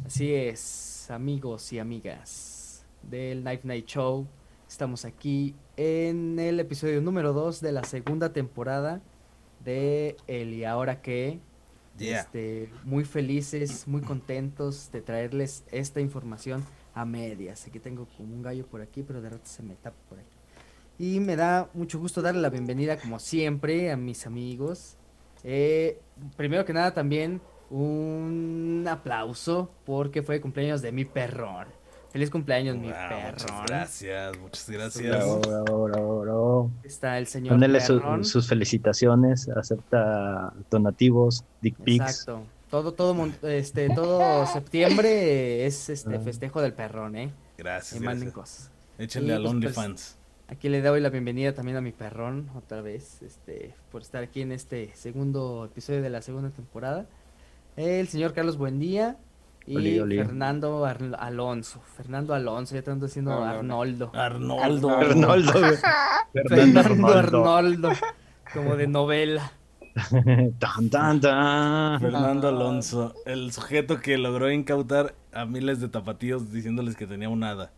Así es, amigos y amigas del Knife Night Show. Estamos aquí en el episodio número 2 de la segunda temporada de El y Ahora Qué. Yeah. Muy felices, muy contentos de traerles esta información a medias. Aquí tengo como un gallo por aquí, pero de rato se me tapa por ahí. Y me da mucho gusto darle la bienvenida, como siempre, a mis amigos. Eh, Primero que nada, también un aplauso porque fue cumpleaños de mi perrón. Feliz cumpleaños, mi Wow, muchas perrón. gracias, muchas Sí, gracias. Bravo, bravo, bravo, bravo. está el señor Mándele perrón. sus felicitaciones, acepta donativos, dick pics. Exacto. Todo septiembre es Ah, festejo del perrón, ¿eh? Me Gracias, manden gracias. cosas. Échenle Y al pues OnlyFans. aquí le doy la bienvenida también a mi perrón, otra vez, por estar aquí en este segundo episodio de la segunda temporada. El señor Carlos Buendía oli, y oli. Alonso. Fernando Alonso, ya te ando diciendo No, no, no. Arnoldo. Arnoldo. Arnoldo, güey. Fernando Fernando Arnoldo. Arnoldo, como de novela. Tan, tan, tan. Fernando Alonso, el sujeto que logró incautar a miles de tapatíos diciéndoles que tenía un hada.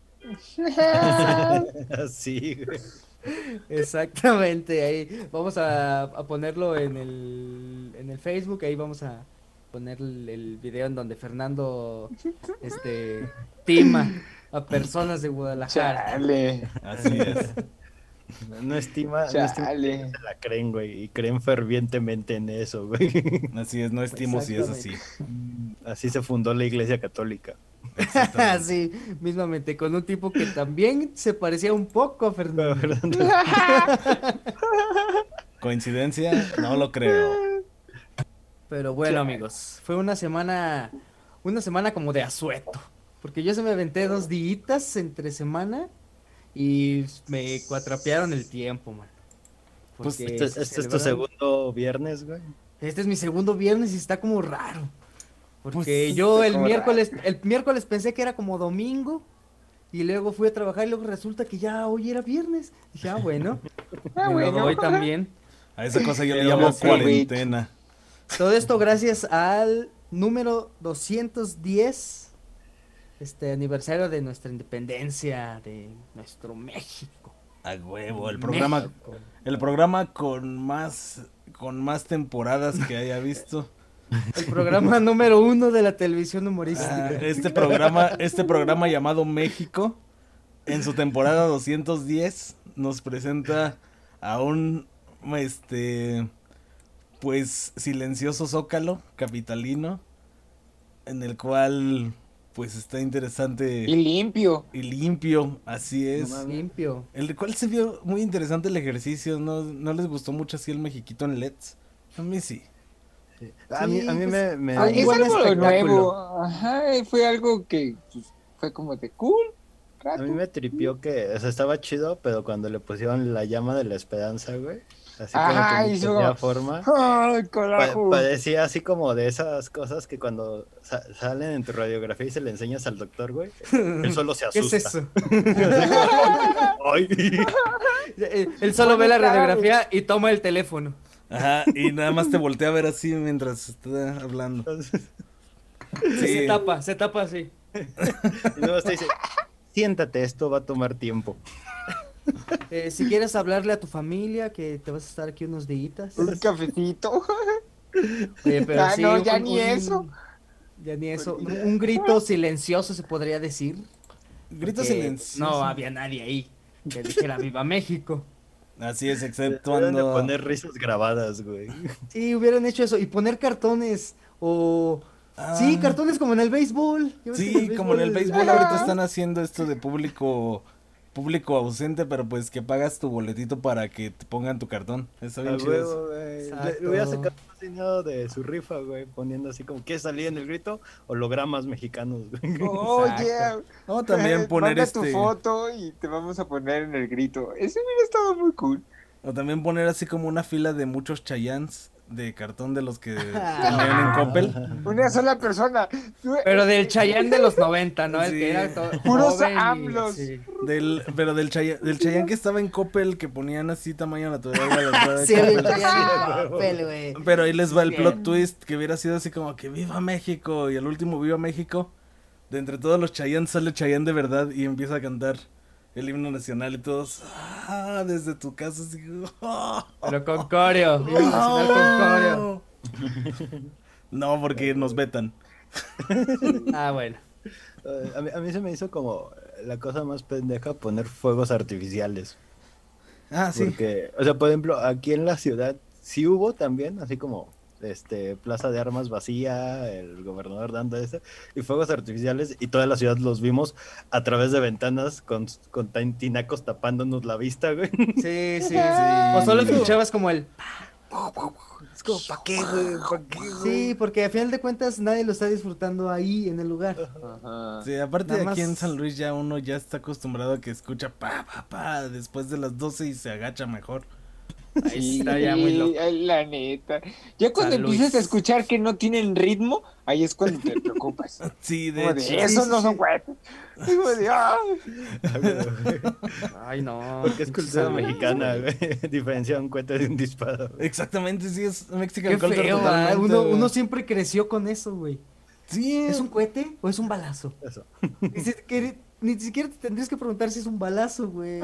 Así, güey. Exactamente, ahí vamos a ponerlo en el Facebook, ahí vamos a poner el video en donde Fernando tima a personas de Guadalajara. Chale, Así es. No estima que chale. se la creen, güey. Y creen fervientemente en eso, güey. Así es, no estimo si es así. Así se fundó la Iglesia Católica. Exactamente. Sí, mismamente, con un tipo que también se parecía un poco a Fernando. Fernando. ¿Coincidencia? No lo creo. Pero bueno, amigos, fue una semana como de asueto, porque yo se me aventé 2 días entre semana y me cuatrapearon el tiempo, man. Pues, Porque Este se es tu celebraron. segundo viernes, güey. Este es mi segundo viernes y está como raro. Porque Pues, yo está como el miércoles pensé que era como domingo y luego fui a trabajar y luego resulta que ya hoy era viernes. Dije, bueno, me lo bueno. doy también. a esa cosa yo le Pero llamo sí. cuarentena. Todo esto gracias al número 210, aniversario de nuestra independencia, de nuestro México. A huevo, el programa, México. el programa con más temporadas que haya visto. El programa número 1 de la televisión humorística. Este programa llamado México, en su temporada 210, nos presenta a un, pues, silencioso zócalo capitalino, en el cual, pues, está interesante Y limpio. y limpio, así es. No mames. Limpio. El cual se vio muy interesante el ejercicio, ¿no les gustó mucho así el mexiquito en LEDs? A mí sí. A mí, Sí, a mí pues, me Ah, Es buen algo espectáculo. nuevo. Ajá, fue algo que pues, fue como de cool. A mí me tripió que, o sea, estaba chido, pero cuando le pusieron la llama de la esperanza, güey, así como Ajá, que no hizo tenía forma, ¡ay, carajo! parecía así como de esas cosas que cuando salen en tu radiografía y se le enseñas al doctor, güey, él solo se ¿Qué es asusta. eso? Ay. Él solo ve la Bueno, claro. radiografía y toma el teléfono. Ajá, y nada más te voltea a ver así mientras está hablando. Entonces, Sí. Se tapa así. y luego te dice, siéntate, esto va a tomar tiempo. Si quieres hablarle a tu familia que te vas a estar aquí unos días. Un cafecito. Oye, pero Ah, sí, no, ya ni eso. Ya ni eso. Porque ya- Un grito silencioso se podría decir. Grito porque silencioso. No había nadie ahí que dijera Viva México. Así es, Deben de exceptuando. poner risas grabadas, güey. Sí, hubieran hecho eso. Y poner cartones. O. Sí, Ah, cartones como en el béisbol. Ya ves que sí, como en el béisbol ahorita Ajá. están haciendo esto de público ausente, pero pues que pagas tu boletito para que te pongan tu cartón. Está bien A chido eso. huevo, güey. Exacto. Le hubiera sacado más dinero de su rifa, güey, poniendo así como, ¿quieres salir en el grito? Hologramas mexicanos, güey. Oye, No, también poner manda tu foto y te vamos a poner en el grito. Ese hubiera estado muy cool. O también poner así como una fila de muchos Chayans de cartón de los que tenían en Coppel. Una sola persona. Pero del Chayán de los 90, ¿no? El Sí. que era todo Puros joven y AMLOs. así. Pero del Chayán que estaba en Coppel, que ponían así tamaño natural a la entrada de Sí, el Coppel. Chayán de papel, güey. Pero ahí les va el Bien. plot twist, que hubiera sido así como que ¡Viva México! Y el último ¡Viva México! de entre todos los Chayanne sale Chayanne de verdad y empieza a cantar el himno nacional y todos, desde tu casa, así, Pero con coreo, himno nacional con coreo. No, porque nos vetan. Ah, bueno. A mí se me hizo como la cosa más pendeja poner fuegos artificiales. Sí. Porque, o sea, por ejemplo, aquí en la ciudad sí hubo también, así como plaza de armas vacía, el gobernador dando eso, y fuegos artificiales, y toda la ciudad los vimos a través de ventanas con tinacos tapándonos la vista, güey. Sí, sí, sí. O solo escuchabas como el... Es como, ¿para qué, güey? ¿Pa' qué, güey? Sí, porque a final de cuentas nadie lo está disfrutando ahí en el lugar. Ajá. Sí, aparte Nada aquí en más- San Luis ya uno ya está acostumbrado a que escucha después de las 12 y se agacha mejor. Ahí está ya muy loco. La neta. Ya cuando San Luis. empiezas a escuchar que no tienen ritmo, ahí es cuando te preocupas. Sí, de Como de, hecho. esos sí, no sí. son cohetes. Digo de, Ay, no. Porque es cultura San Luis, mexicana, güey. güey. Diferencia un cohete de un disparo. Exactamente, sí, es Mexican Qué Culture feo, totalmente, uno, güey. uno siempre creció con eso, güey. Sí, ¿Es un cohete o es un balazo? Eso. Ni siquiera te tendrías que preguntar si es un balazo, güey.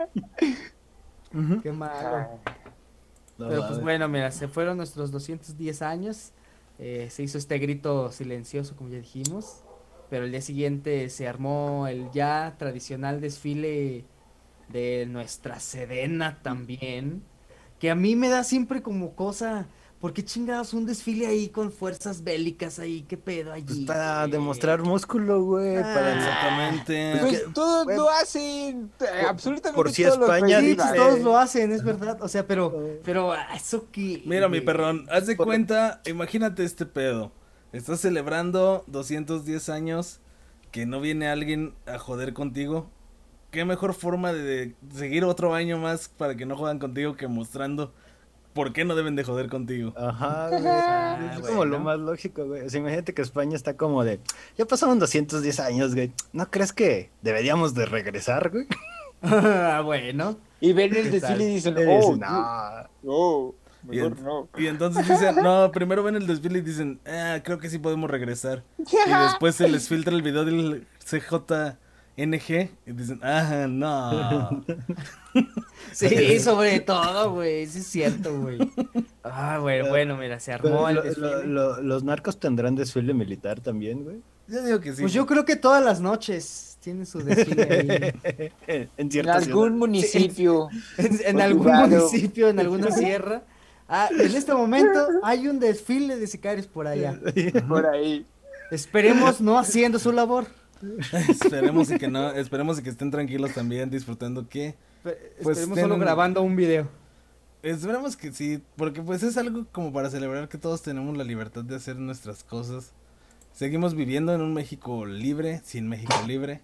Ujú. Qué malo. No, Pero pues mames. bueno, mira, se fueron nuestros 210 años. Se hizo este grito silencioso, como ya dijimos. Pero el día siguiente se armó el ya tradicional desfile de nuestra Sedena también. Que a mí me da siempre como cosa. ¿Por qué chingados un desfile ahí con fuerzas bélicas ahí? ¿Qué pedo allí? Pues para güey? demostrar músculo, güey. Para Exactamente. pues que- todos bueno, lo hacen. Absolutamente por si todos los España Sí, países. pues dice- todos lo hacen, es verdad. O sea, pero eso que. Mira, mi güey. perrón, haz de cuenta, imagínate este pedo. Estás celebrando 210 años que no viene alguien a joder contigo. ¿Qué mejor forma de seguir otro año más para que no jodan contigo que mostrando por qué no deben de joder contigo? Ajá, güey. Es como bueno. lo más lógico, güey. O sea, imagínate que España está como de, ya pasaron 210 años, güey. ¿No crees que deberíamos de regresar, güey? Ah, bueno. Y ven el ¿Qué tal? desfile y dicen, Y oh, dices, no, mejor no. Y entonces dicen, no, primero ven el desfile y dicen, creo que sí podemos regresar. Y después se les filtra el video del CJNG y dicen, no. Sí, sobre todo, güey. Sí es cierto, güey. Ah, bueno, mira, se armó el desfile. los narcos tendrán desfile militar también, güey. Yo digo que sí. Pues yo creo que todas las noches tienen su desfile ahí. En En cierta algún municipio. En algún Claro. municipio, en alguna sierra. En este momento hay un desfile de sicarios por allá. Por ahí. Esperemos no haciendo su labor. Esperemos y que no, esperemos y que estén tranquilos también, disfrutando que... Pues Esperemos solo tienen- grabando un video. Esperemos que sí, porque pues es algo como para celebrar que todos tenemos la libertad de hacer nuestras cosas. Seguimos viviendo en un México libre, sin México libre.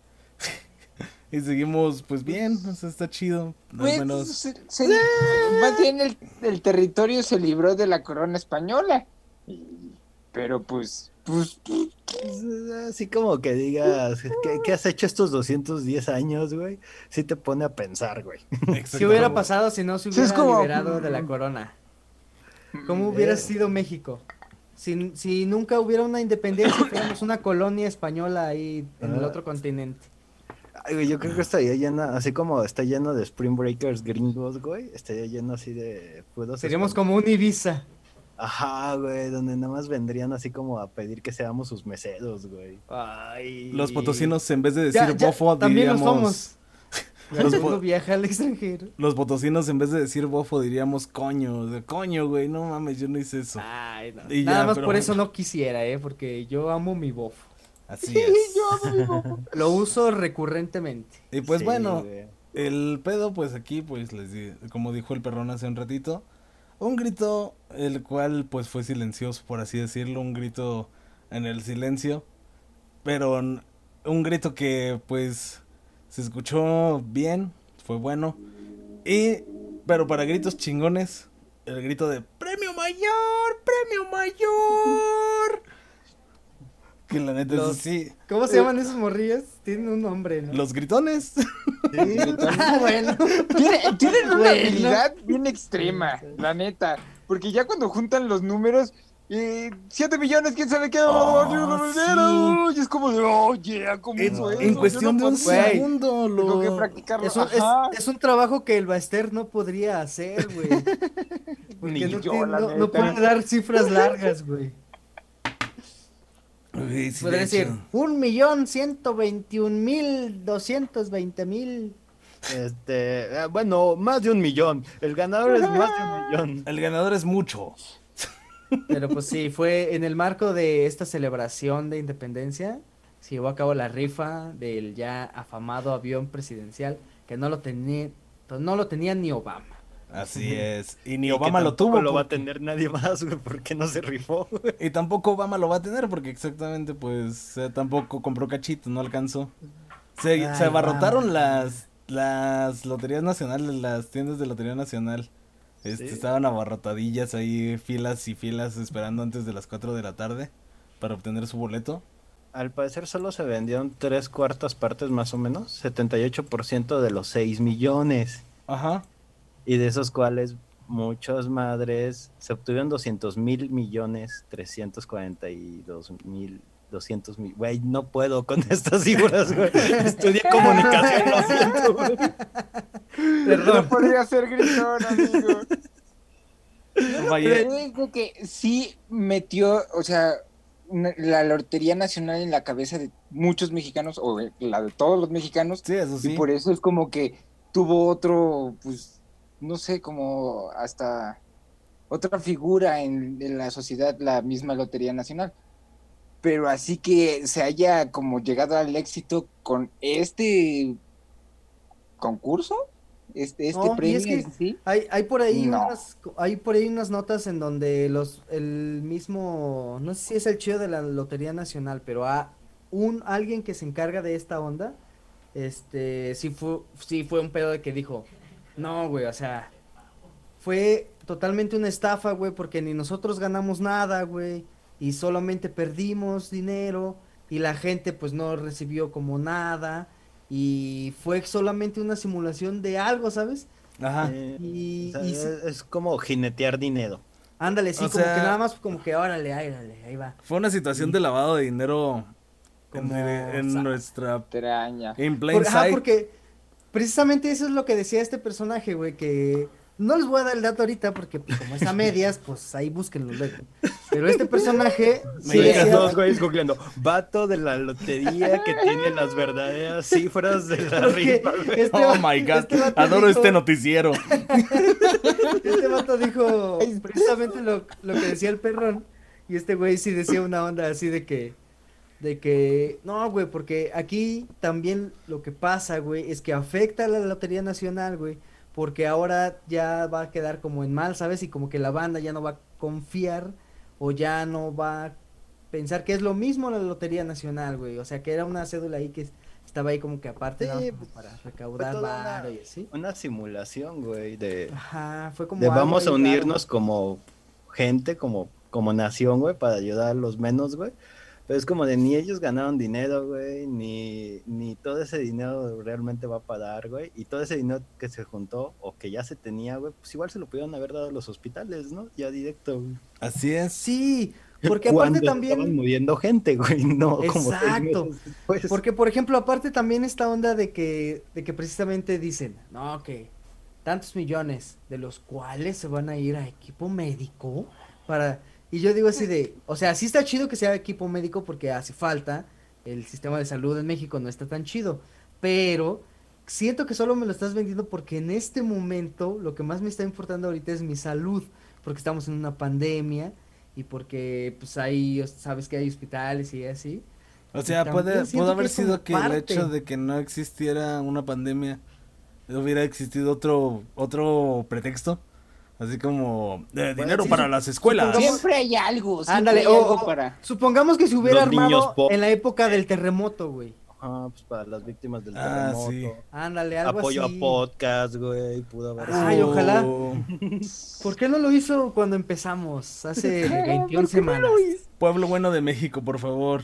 Y seguimos pues bien, o sea, está chido. Al Pues, menos... más bien el territorio se libró de la corona española. Pero pues Así como que digas, ¿qué has hecho estos 210 años, güey? Sí te pone a pensar, güey. ¿Qué hubiera pasado si no se Sí, hubiera es como- liberado de la corona? ¿Cómo hubiera sido México? Si nunca hubiera una independencia, fuéramos una colonia española ahí en el otro continente. Ay, güey, yo creo que estaría lleno, así como está lleno de Spring Breakers gringos, güey, estaría lleno así de pudos Seríamos españoles. como un Ibiza. Ajá, güey, donde nada más vendrían así como a pedir que seamos sus meseros, güey. Ay. Los potosinos en vez de Ya, decir ya, bofo también lo diríamos... somos. Los Cuando po- uno viaja al extranjero. Los potosinos en vez de decir bofo diríamos coño. De coño, güey, no mames, yo no hice eso. Ay, no. Y Nada ya, más pero por bueno. eso no quisiera, porque yo amo mi bofo. Así es. Lo uso recurrentemente. Y pues Sí, bueno, güey. el pedo pues aquí pues como dijo el perrón hace un ratito, un grito el cual pues fue silencioso por así decirlo, un grito en el silencio, pero un grito que pues se escuchó bien, fue bueno, pero para gritos chingones, el grito de ¡Premio Mayor! ¡Premio Mayor! Que la neta eso Los- sí, ¿Cómo se llaman esos morrillos? Tienen un nombre, ¿no? los gritones. Ah, bueno. tienen una Bueno. habilidad bien extrema, la neta. Porque ya cuando juntan los números, 7 millones, quién sabe qué, Oh, y es como como de, oye, ¿cómo hizo eso? En cuestión de un Güey, segundo, Tengo que lo... practicarlo. Es un, es un trabajo que el Baester no podría hacer, güey. Porque Ni no, yo, la no neta. puede dar cifras largas, güey. Uy, sí, Podría de decir, hecho. 1.121.220.000. Bueno, más de 1 millón. El ganador es más de 1 millón. El ganador es mucho. Pero pues sí, fue en el marco de esta celebración de independencia, se llevó a cabo la rifa del ya afamado avión presidencial que no lo tenía ni Obama. Así es. Y ni Y Obama que lo tampoco tuvo. lo va a porque- tener nadie más, güey, porque no se rifó, güey. Y tampoco Obama lo va a tener porque exactamente pues tampoco compró cachito, no alcanzó. Se Ay, abarrotaron Obama. las loterías nacionales, las tiendas de lotería nacional. Sí. Estaban abarrotadillas ahí, filas y filas esperando antes de las 4 de la tarde para obtener su boleto. Al parecer solo se vendieron 3/4 partes más o menos, 78% de los 6 millones. Ajá. Y de esos cuales muchas madres se obtuvieron 200.000.000.000, 342.200.000. Güey, no puedo con estas cifras, güey. Estudié comunicación, lo siento, güey. No Perdón. podría ser gritón, amigo. Vaya, Pero es de que sí metió, o sea, la Lotería Nacional en la cabeza de muchos mexicanos, o la de todos los mexicanos, sí, eso y sí. por eso es como que tuvo otro, pues, no sé, como hasta otra figura en la sociedad, la misma Lotería Nacional. Pero así que se haya como llegado al éxito con este concurso, este No, y premio es que en sí. hay por ahí No. hay por ahí unas notas en donde el mismo, no sé si es el chido de la Lotería Nacional, pero alguien que se encarga de esta onda, sí fue un pedo de que dijo, no, güey, o sea, fue totalmente una estafa, güey, porque ni nosotros ganamos nada, güey, y solamente perdimos dinero, y la gente pues no recibió como nada, y fue solamente una simulación de algo, ¿sabes? Ajá. Y, O sea, y sí, es como jinetear dinero. ándale, sí, O como que sea- nada más como que órale, ahí va. Fue una situación Y- de lavado de dinero Como, en sa- nuestra... Extraña. En plain Ajá, sight. porque precisamente eso es lo que decía este personaje, güey, que no les voy a dar el dato ahorita porque pues, como es a medias, pues ahí búsquenlo luego. Pero este personaje sí Me Veías encanta. dos güeyes googleando, vato de la lotería que tiene las verdaderas cifras de la Porque rifa, güey. Oh my god, vato adoro dijo- este noticiero. Este vato dijo precisamente lo que decía el perrón. Y este güey sí decía una onda así de que, no, güey, porque aquí también lo que pasa, güey, es que afecta a la Lotería Nacional, güey, porque ahora ya va a quedar como en mal, ¿sabes? Y como que la banda ya no va a confiar o ya no va a pensar que es lo mismo la Lotería Nacional, güey, o sea, que era una cédula ahí que estaba ahí como que aparte, Sí, nada más como pues, para Fue recaudar toda varo y así. una simulación, güey, Ajá, fue como de algo vamos a ahí unirnos raro. como gente, como nación, güey, para ayudar a los menos, güey. Pero es como de ni ellos ganaron dinero, güey, ni todo ese dinero realmente va a pagar, güey. Y todo ese dinero que se juntó o que ya se tenía, güey, pues igual se lo pudieron haber dado a los hospitales, ¿no? Ya directo, güey. Así es. Sí, porque Cuando aparte estaban también, muriendo gente, güey, no como 6 exacto, meses después. porque por ejemplo, aparte también esta onda de que precisamente dicen, no, que tantos millones, de los cuales se van a ir a equipo médico para, y yo digo así de, o sea, sí está chido que sea equipo médico porque hace falta, el sistema de salud en México no está tan chido, pero siento que solo me lo estás vendiendo porque en este momento lo que más me está importando ahorita es mi salud, porque estamos en una pandemia y porque pues hay, sabes que hay hospitales y así. O Y sea, también pudo siento haber es como sido que el parte. hecho de que no existiera una pandemia hubiera existido otro pretexto. Así como dinero sí, para las escuelas. supongamos- Siempre hay algo, siempre Ándale, hay o, algo o para... supongamos que se hubiera Los niños armado pobres. en la época del terremoto, güey. Ajá, pues para las víctimas del Ah, terremoto. sí. Ándale, algo Apoyo así. a podcast, güey, pudo haber Ay, sido. ojalá. Oh, ¿Por qué no lo hizo cuando empezamos? Hace 21 ¿Por qué no semanas. lo hizo? Pueblo bueno de México, por favor.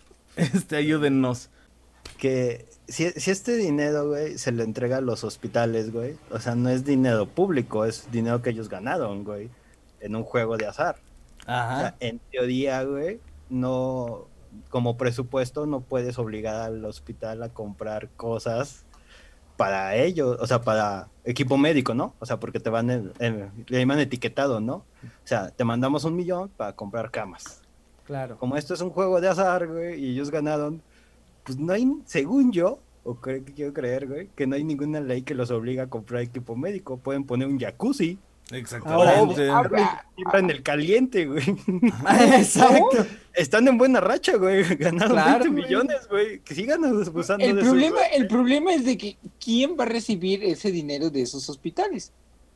Ayúdennos. Que si este dinero, güey, se lo entrega a los hospitales, güey, o sea, no es dinero público, es dinero que ellos ganaron, güey, en un juego de azar. O Ajá. sea, en teoría, güey, no como presupuesto no puedes obligar al hospital a comprar cosas para ellos, o sea, para equipo médico, ¿no? O sea, porque te van, le llaman etiquetado, ¿no? O sea, te mandamos 1 millón para comprar camas. Claro. Como esto es un juego de azar, güey, y ellos ganaron, pues no hay, según yo, quiero creer, güey, que no hay ninguna ley que los obliga a comprar equipo médico. Pueden poner un jacuzzi. Exactamente. En el caliente, güey. Exacto. Están en buena racha, güey. Ganaron Claro, 20 güey. millones, güey. Que sigan abusando El de problema, el problema es de que ¿quién va a recibir ese dinero de esos hospitales?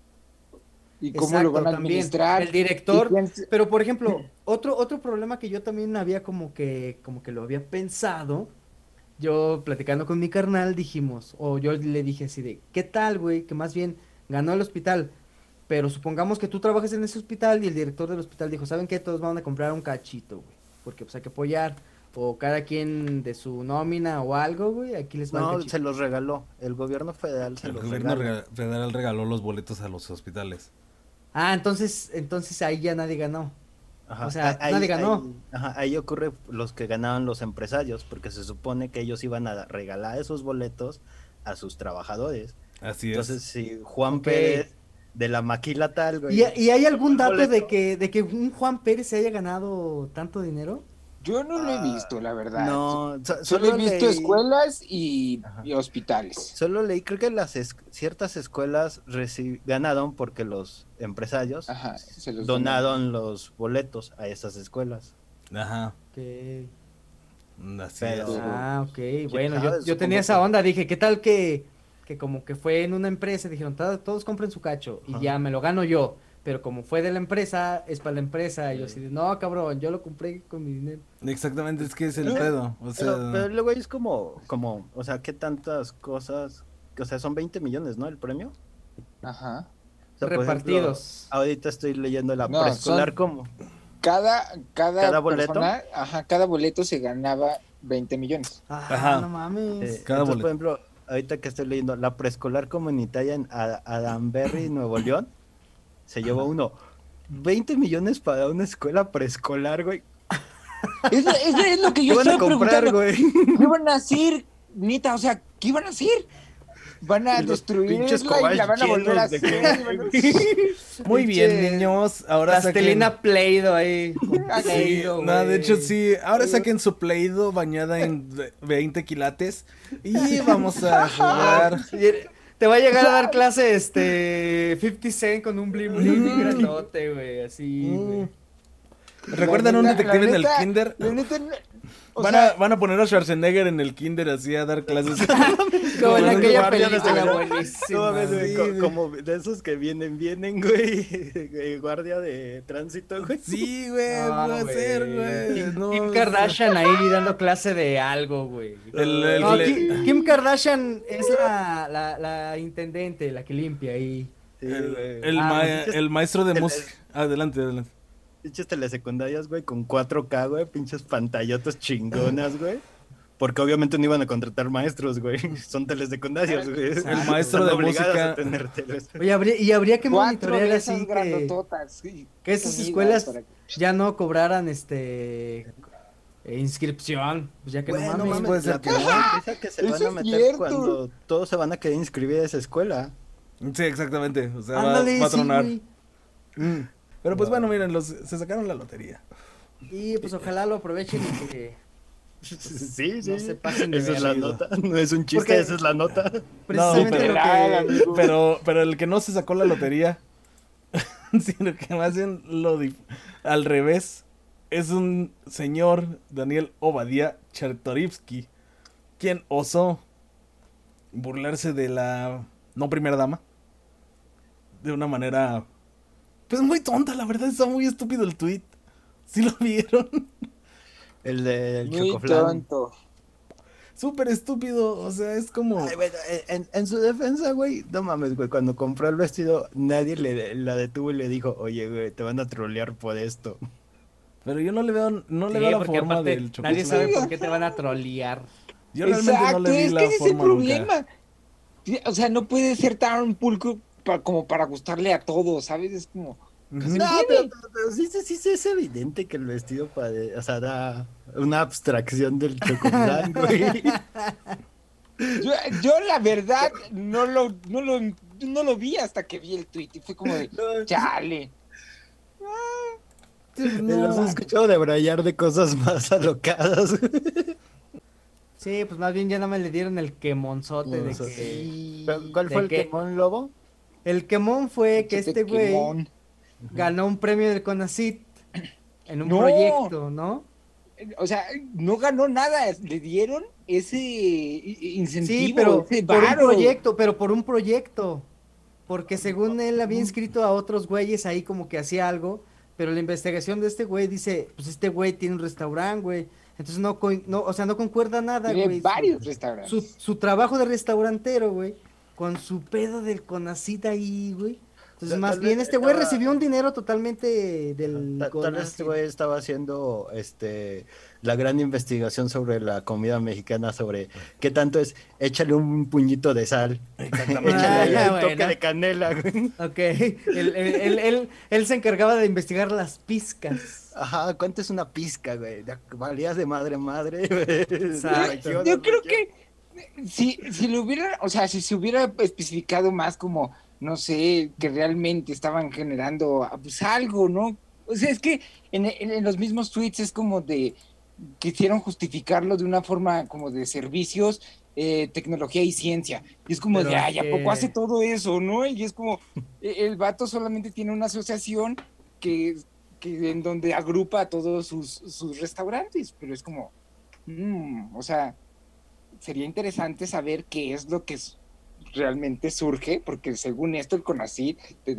¿Y cómo lo van a también. administrar? El director. ¿Y quién- Pero, por ejemplo, otro problema que yo también había como que lo había pensado. Yo platicando con mi carnal dijimos, o yo le dije así de, ¿qué tal, güey? Que más bien ganó el hospital. Pero supongamos que tú trabajas en ese hospital y el director del hospital dijo, ¿saben qué? Todos van a comprar un cachito, güey. Porque pues hay que apoyar. O cada quien de su nómina o algo, güey. Aquí les va el No, cachito. se los regaló. El gobierno federal se El los gobierno regaló. federal regaló los boletos a los hospitales. Ah, entonces ahí ya nadie ganó. Ajá. O sea, nadie ganó. Ahí ocurre los que ganaban los empresarios, porque se supone que ellos iban a regalar esos boletos a sus trabajadores. Así Entonces, es. si Juan Ok. Pérez de la maquila tal, güey. ¿Y hay algún dato boleto. de que un Juan Pérez se haya ganado tanto dinero? Yo no lo he visto, la verdad. No, Solo he visto leí- escuelas y Ajá. hospitales. Solo leí, creo que ciertas escuelas ganaron porque los empresarios Ajá, se los donaron los boletos a esas escuelas. Ajá. Que... Así Pero- es. Ah, ok. Bueno, sabes, yo supongo tenía esa que- onda. Dije, ¿qué tal que como que fue en una empresa? Dijeron, todos compren su cacho y Ajá. ya me lo gano yo. Pero como fue de la empresa, es para la empresa. Y yo así de, no, cabrón, yo lo compré con mi dinero. Exactamente, es que es el Pero- pedo. O sea, pero luego es como, o sea, ¿qué tantas cosas? O sea, son 20 millones, ¿no? El premio. Ajá. O sea, por Repartidos. ejemplo, ahorita estoy leyendo la No, preescolar son- como. Cada boleto. persona, cada boleto se ganaba 20 millones. Ah, Ajá. no mames. Cada Entonces, boleto. por ejemplo, ahorita que estoy leyendo la preescolar comunitaria en Adamberry, Nuevo León, se llevó 20 millones para una escuela preescolar, güey. Eso es lo que ¿Qué yo van a estoy comprar, preguntando. güey? ¿Qué van a hacer, Nita? O sea, ¿qué iban a hacer? Van a Y los destruirla pinches y la van a volver a llenos de hacer. muy bien, pinche niños. Ahora saquen. Plastilina Play-Doh ahí. Ah, Sí, Play-Doh, no, de güey. hecho sí. Ahora saquen su Play-Doh bañada en 20 quilates y vamos a jugar. Te va a llegar a dar clase 50 Cent con un bling bling bien grandote, güey, así, güey. ¿Recuerdan un La detective en el neta- kinder? la neta, o Van sea, a poner a Schwarzenegger en el kinder así a dar clases. Como en un aquella guardia de película seguridad. buenísima. No mames, güey, Sí, güey. como de esos que vienen, güey. Guardia de tránsito, güey. Sí, güey, No, puede güey. ser, güey. Kim, No, Kim Kardashian ahí dando clase de algo, güey. El No, que le- Kim Kardashian es la intendente, la que limpia ahí. Sí, güey. el maestro de el- música. Adelante, adelante. Pinches telesecundarias, güey, con 4K, güey, pinches pantallotas chingonas, güey. Porque obviamente no iban a contratar maestros, güey. Son telesecundarias, güey. El maestro Están de obligadas música. a tener teles. Oye, habría que 4 monitorear de así esas grandototas. Sí, que esas unidas escuelas para- ya no cobraran inscripción, pues ya que Güey, no no mames. mames, puede ser la que pinche no. empresa que se Eso van a es meter cierto. cuando todos se van a querer inscribir a esa escuela. Sí, exactamente. O sea, Ándale, va a sí, tronar. güey. Pero pues bueno, miren, se sacaron la lotería. Y pues ojalá lo aprovechen y que Sí, sí. no se pasen de Esa es la verga. nota. No es un chiste, Porque- esa es la nota. precisamente pero- lo Literal, que... amigo. Pero el que no se sacó la lotería, sino que más bien al revés, es un señor, Daniel Obadiah Chertorivsky, quien osó burlarse de la no primera dama de una manera pues muy tonta, la verdad. Está muy estúpido el tweet. ¿Sí lo vieron? El del Muy Chocoflan. tonto. Súper estúpido, o sea, es como... Ay, bueno, en su defensa, güey, no mames, güey, cuando compró el vestido, nadie la detuvo y le dijo, oye, güey, te van a trolear por esto. Pero yo no le veo, no le Sí, veo la porque forma aparte del nadie chocolate. sabe por qué te van a trolear. Yo realmente Exacto, no le vi es la que ese es el forma nunca. problema. O sea, no puede ser tan pulcro como para gustarle a todos, ¿sabes? Es como, Ujú. No, pero sí es evidente que el vestido o sea, da una abstracción del Chocoflan, güey. Yo la verdad no lo vi hasta que vi el tweet y fue como de, No, chale. Sí, pues, los he no. escuchado debrayar de cosas más alocadas. Sí, pues más bien ya no me le dieron el quemonzote de Quemonzote. que... Sí. Pero, ¿cuál de fue el que- quemón lobo? El quemón fue que Pinche este güey Pokémon. ganó un premio del CONACYT en un No. proyecto, ¿no? O sea, no ganó nada, le dieron ese incentivo, Sí, pero ese por un varo. proyecto, porque según él había inscrito a otros güeyes ahí como que hacía algo, pero la investigación de este güey dice, pues este güey tiene un restaurante, güey, entonces o sea, no concuerda nada, Tiene güey, varios su, restaurantes. su trabajo de restaurantero, güey, con su pedo del CONACYT ahí, güey. Entonces, más Tal vez bien, este güey estaba... recibió un dinero totalmente del Tal vez este CONACYT. güey estaba haciendo la gran investigación sobre la comida mexicana, sobre qué tanto es, échale un puñito de sal, Exactamente. échale ahí un toque Bueno. de canela, güey. Ok, él se encargaba de investigar las pizcas. Ajá, ¿cuánto es una pizca, güey? Valías de madre, güey. Exacto. Yo creo que si lo hubiera, o sea, si se hubiera especificado más como, no sé, que realmente estaban generando pues algo, ¿no? O sea, es que en los mismos tweets es como de, quisieron justificarlo de una forma como de servicios, tecnología y ciencia. Y es como Pero de, es ay, ¿a poco hace que- todo eso, no? Y es como, el vato solamente tiene una asociación que, que en donde agrupa a todos sus restaurantes, pero es como, o sea, sería interesante saber qué es lo que realmente surge, porque según esto el CONACYT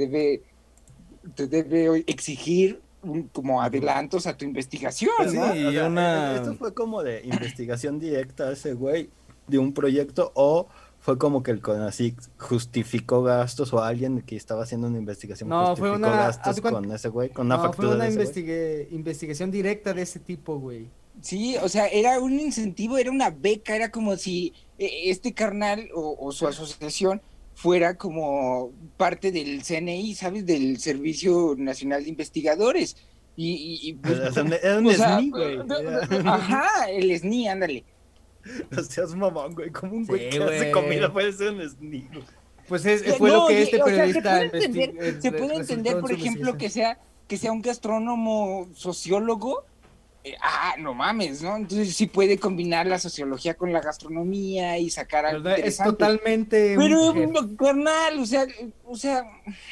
te debe exigir como adelantos a tu investigación, Pues sí, ¿no? y una... ¿esto fue como de investigación directa a ese güey de un proyecto o fue como que el CONACYT justificó gastos o alguien que estaba haciendo una investigación No, fue justificó una. haz gastos de cuenta- con ese güey, con una No, fue factura una de ese güey? investigación directa de ese tipo, güey. Sí, o sea, era un incentivo, era una beca, era como si este carnal o su asociación fuera como parte del CNI, ¿sabes? Del Servicio Nacional de Investigadores. Pues, Era un o sea, SNI, güey. ajá, el SNI, ándale. No seas mamón, güey. Como un Sí, güey que güey. hace comida puede ser un SNI, güey. Pues fue lo No, que este o sea, periodista se puede entender, por ejemplo, que sea un gastrónomo sociólogo. No mames, ¿no? Entonces sí puede combinar la sociología con la gastronomía y sacar algo Es interesante. totalmente Pero, un chef. no, carnal, o sea,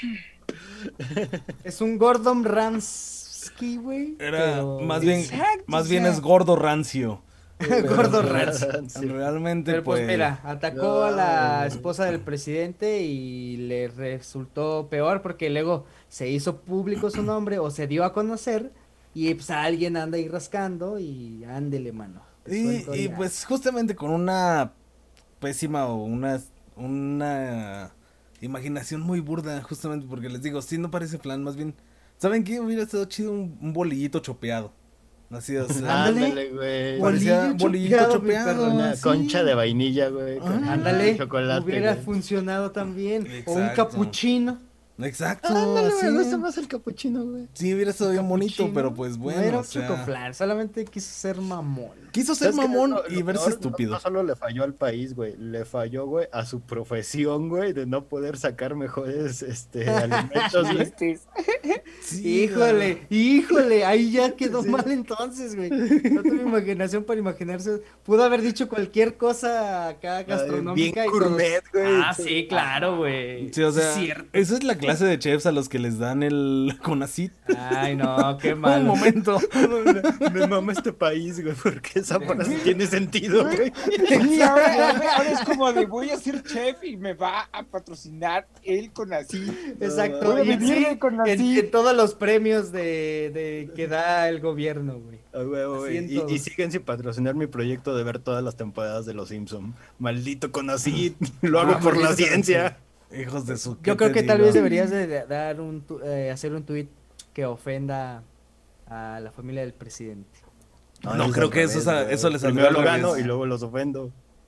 Es un Gordon Ramsay, güey. Era pero- más bien, Exacto, más o bien sea. es gordo rancio. Gordo Ramsay. Sí. Realmente, Pero pues pues... mira, atacó a la No. esposa del presidente y le resultó peor porque luego se hizo público su nombre o se dio a conocer y pues alguien anda ahí rascando y ándele, mano. Te suelto Y ya. pues justamente con una pésima o una imaginación muy burda, justamente porque les digo, sí, no parece plan, más bien, ¿saben qué? Hubiera estado chido un bolillito chopeado. Así, o sea, Ándale. Ándale, güey. Parecía bolillito mi chopeado. perro. Una sí. concha de vainilla, güey. Con Ándale, chocolate, hubiera güey. funcionado también. O un Exacto. capuchino. Exacto, Ándale, así. me gusta más el capuchino, güey. Sí, hubiera estado bien bonito, Capuchino. pero pues No bueno, era o un sea, chocoflan, solamente quiso ser mamón. quiso ser ¿Sabes qué? mamón No, y verse estúpido. No solo le falló al país, güey. Le falló, güey, a su profesión, güey, de no poder sacar mejores alimentos, güey. chistes. Sí, Híjole, ahí ya quedó Sí. mal entonces, güey. No tuve imaginación para imaginarse. Pudo haber dicho cualquier cosa acá Bien gastronómica y todos- gourmet, güey. Ah, sí, claro, güey. Sí, o Sí, sea, es cierto. esa es la clase de chefs a los que les dan el CONACYT. Ay, no, qué Un malo. momento. Me mama este país, güey, porque esa frase tiene sentido, güey. Sí, ahora es como de voy a ser chef y me va a patrocinar él con así. Exacto. Voy a Y vivir sí, con así. en todos los premios de que da el gobierno, güey. Ah, huevo, Así güey. en Y todo. siguen sin patrocinar mi proyecto de ver todas las temporadas de Los Simpson. Maldito con así, lo hago por la maldito ciencia. Hijos de su... Yo ¿qué creo te que tal digo? vez deberías de dar hacer un tuit que ofenda a la familia del presidente. No, es creo al que eso revés, güey. les Primero saldrá lo al gano revés. y luego los ofendo.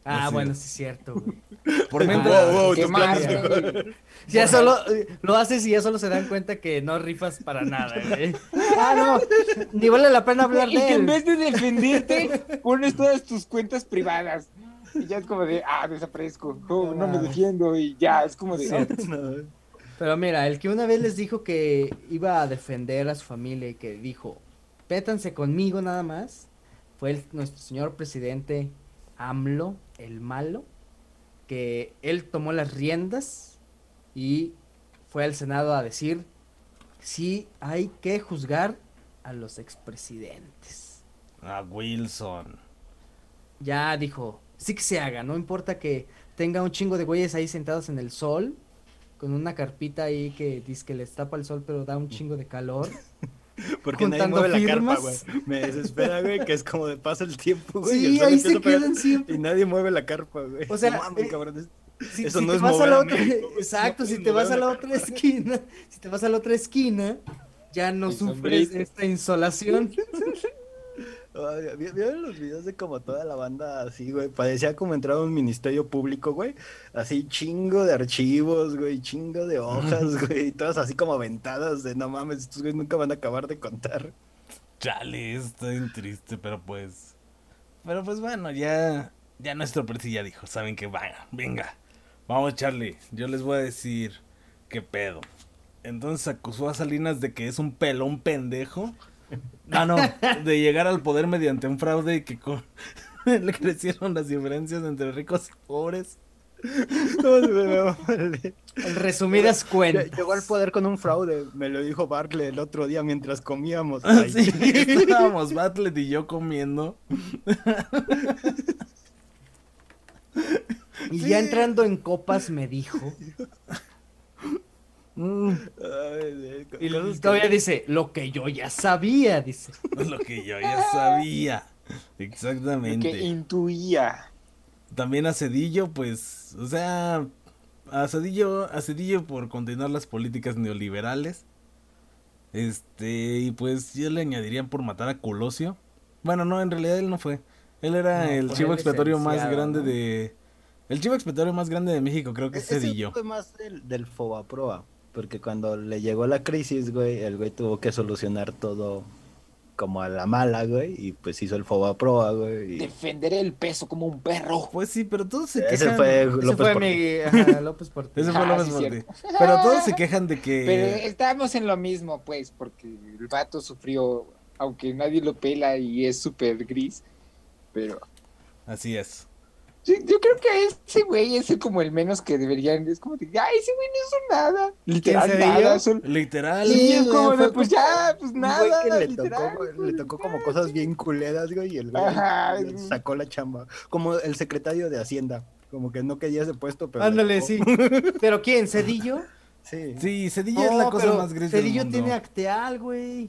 Ah, Así bueno, es. sí es cierto, güey. Por mientras, Wow, ¿Qué tus más? planes, Ya solo lo haces y ya solo se dan cuenta que no rifas para nada, güey. Ah, no, ni vale la pena hablar Y de que en él. vez de defenderte, pones todas tus cuentas privadas. Y ya es como de, desaparezco, No no me mames. defiendo y ya, es como de, Cierto. No. Pero mira, el que una vez les dijo que iba a defender a su familia y que dijo, pétanse conmigo nada más, fue nuestro señor presidente AMLO, el malo, que él tomó las riendas y fue al Senado a decir, sí hay que juzgar a los expresidentes. a Wilson. Ya dijo, sí que se haga, no importa que tenga un chingo de güeyes ahí sentados en el sol, con una carpita ahí que dice que les tapa el sol pero da un chingo de calor. Porque nadie Juntando mueve la carpa, firmas. güey. Me desespera, güey, que es como de pasa el tiempo, güey. y Sí, el sol ahí empieza se a pegar quedan siempre. Y nadie mueve la carpa, güey. O sea, No mames, cabrón. Si, Eso si no te es vas a mover la a otra, México, güey. exacto, No si puedes te vas mover a la una otra esquina, si te vas a la otra esquina, ya no El sufres sombrito. esta insolación. Ay, ¿vieron los videos de como toda la banda así, güey? Parecía como entrar a un ministerio público, güey. Así chingo de archivos, güey, chingo de hojas, güey. Y todas así como aventadas de no mames, estos güeyes nunca van a acabar de contar. Chale, estoy bien triste, pero pues bueno, ya nuestro presi ya dijo, saben que venga, vamos Charlie, yo les voy a decir qué pedo. Entonces acusó a Salinas de que es un pelón pendejo. Ah, no, de llegar al poder mediante un fraude y que le crecieron las diferencias entre ricos y pobres. No, vale. En resumidas cuentas. Llegó al poder con un fraude, me lo dijo Barclay el otro día mientras comíamos. Ah, Ay, sí, estábamos Bartlett y yo comiendo. Y ya entrando en copas me dijo, ay, y cosas que- todavía dice, lo que yo ya sabía, dice. Lo que yo ya sabía. Exactamente. que intuía. También a Cedillo, pues, o sea, a Cedillo por continuar las políticas neoliberales. Y pues yo le añadiría por matar a Colosio. Bueno, no, en realidad él no fue. Él era No, el fue chivo el expiatorio más licenciado, grande ¿no? de... El chivo expiatorio más grande de México, creo que es Ese Cedillo. fue más del Fobaproa, porque cuando le llegó la crisis, güey, el güey tuvo que solucionar todo como a la mala, güey, y pues hizo el Fobaproa, güey. Y... Defenderé el peso como un perro. Pues sí, pero todos se Ese quejan... fue Ese López fue Portillo. mi López Portillo. Ese fue López sí, Portillo. cierto. Pero todos se quejan de que... Pero estamos en lo mismo, pues, porque el vato sufrió, aunque nadie lo pela y es súper gris, pero Así es. yo creo que ese güey es como el menos que deberían, es como de, ay, ese güey no hizo nada, literal ¿En serio? nada, son... Literal. Sí, es como güey, de, fue pues como ya, pues un nada, güey que literal, le tocó como cosas bien culeras, güey, y el güey Ajá. sacó la chamba. Como el secretario de Hacienda, como que no quería ese puesto, pero... le Ándale, tocó. sí. ¿Pero quién? ¿Cedillo? Sí. Sí, Cedillo es la No, cosa pero más gris del Cedillo mundo. tiene Acteal, güey.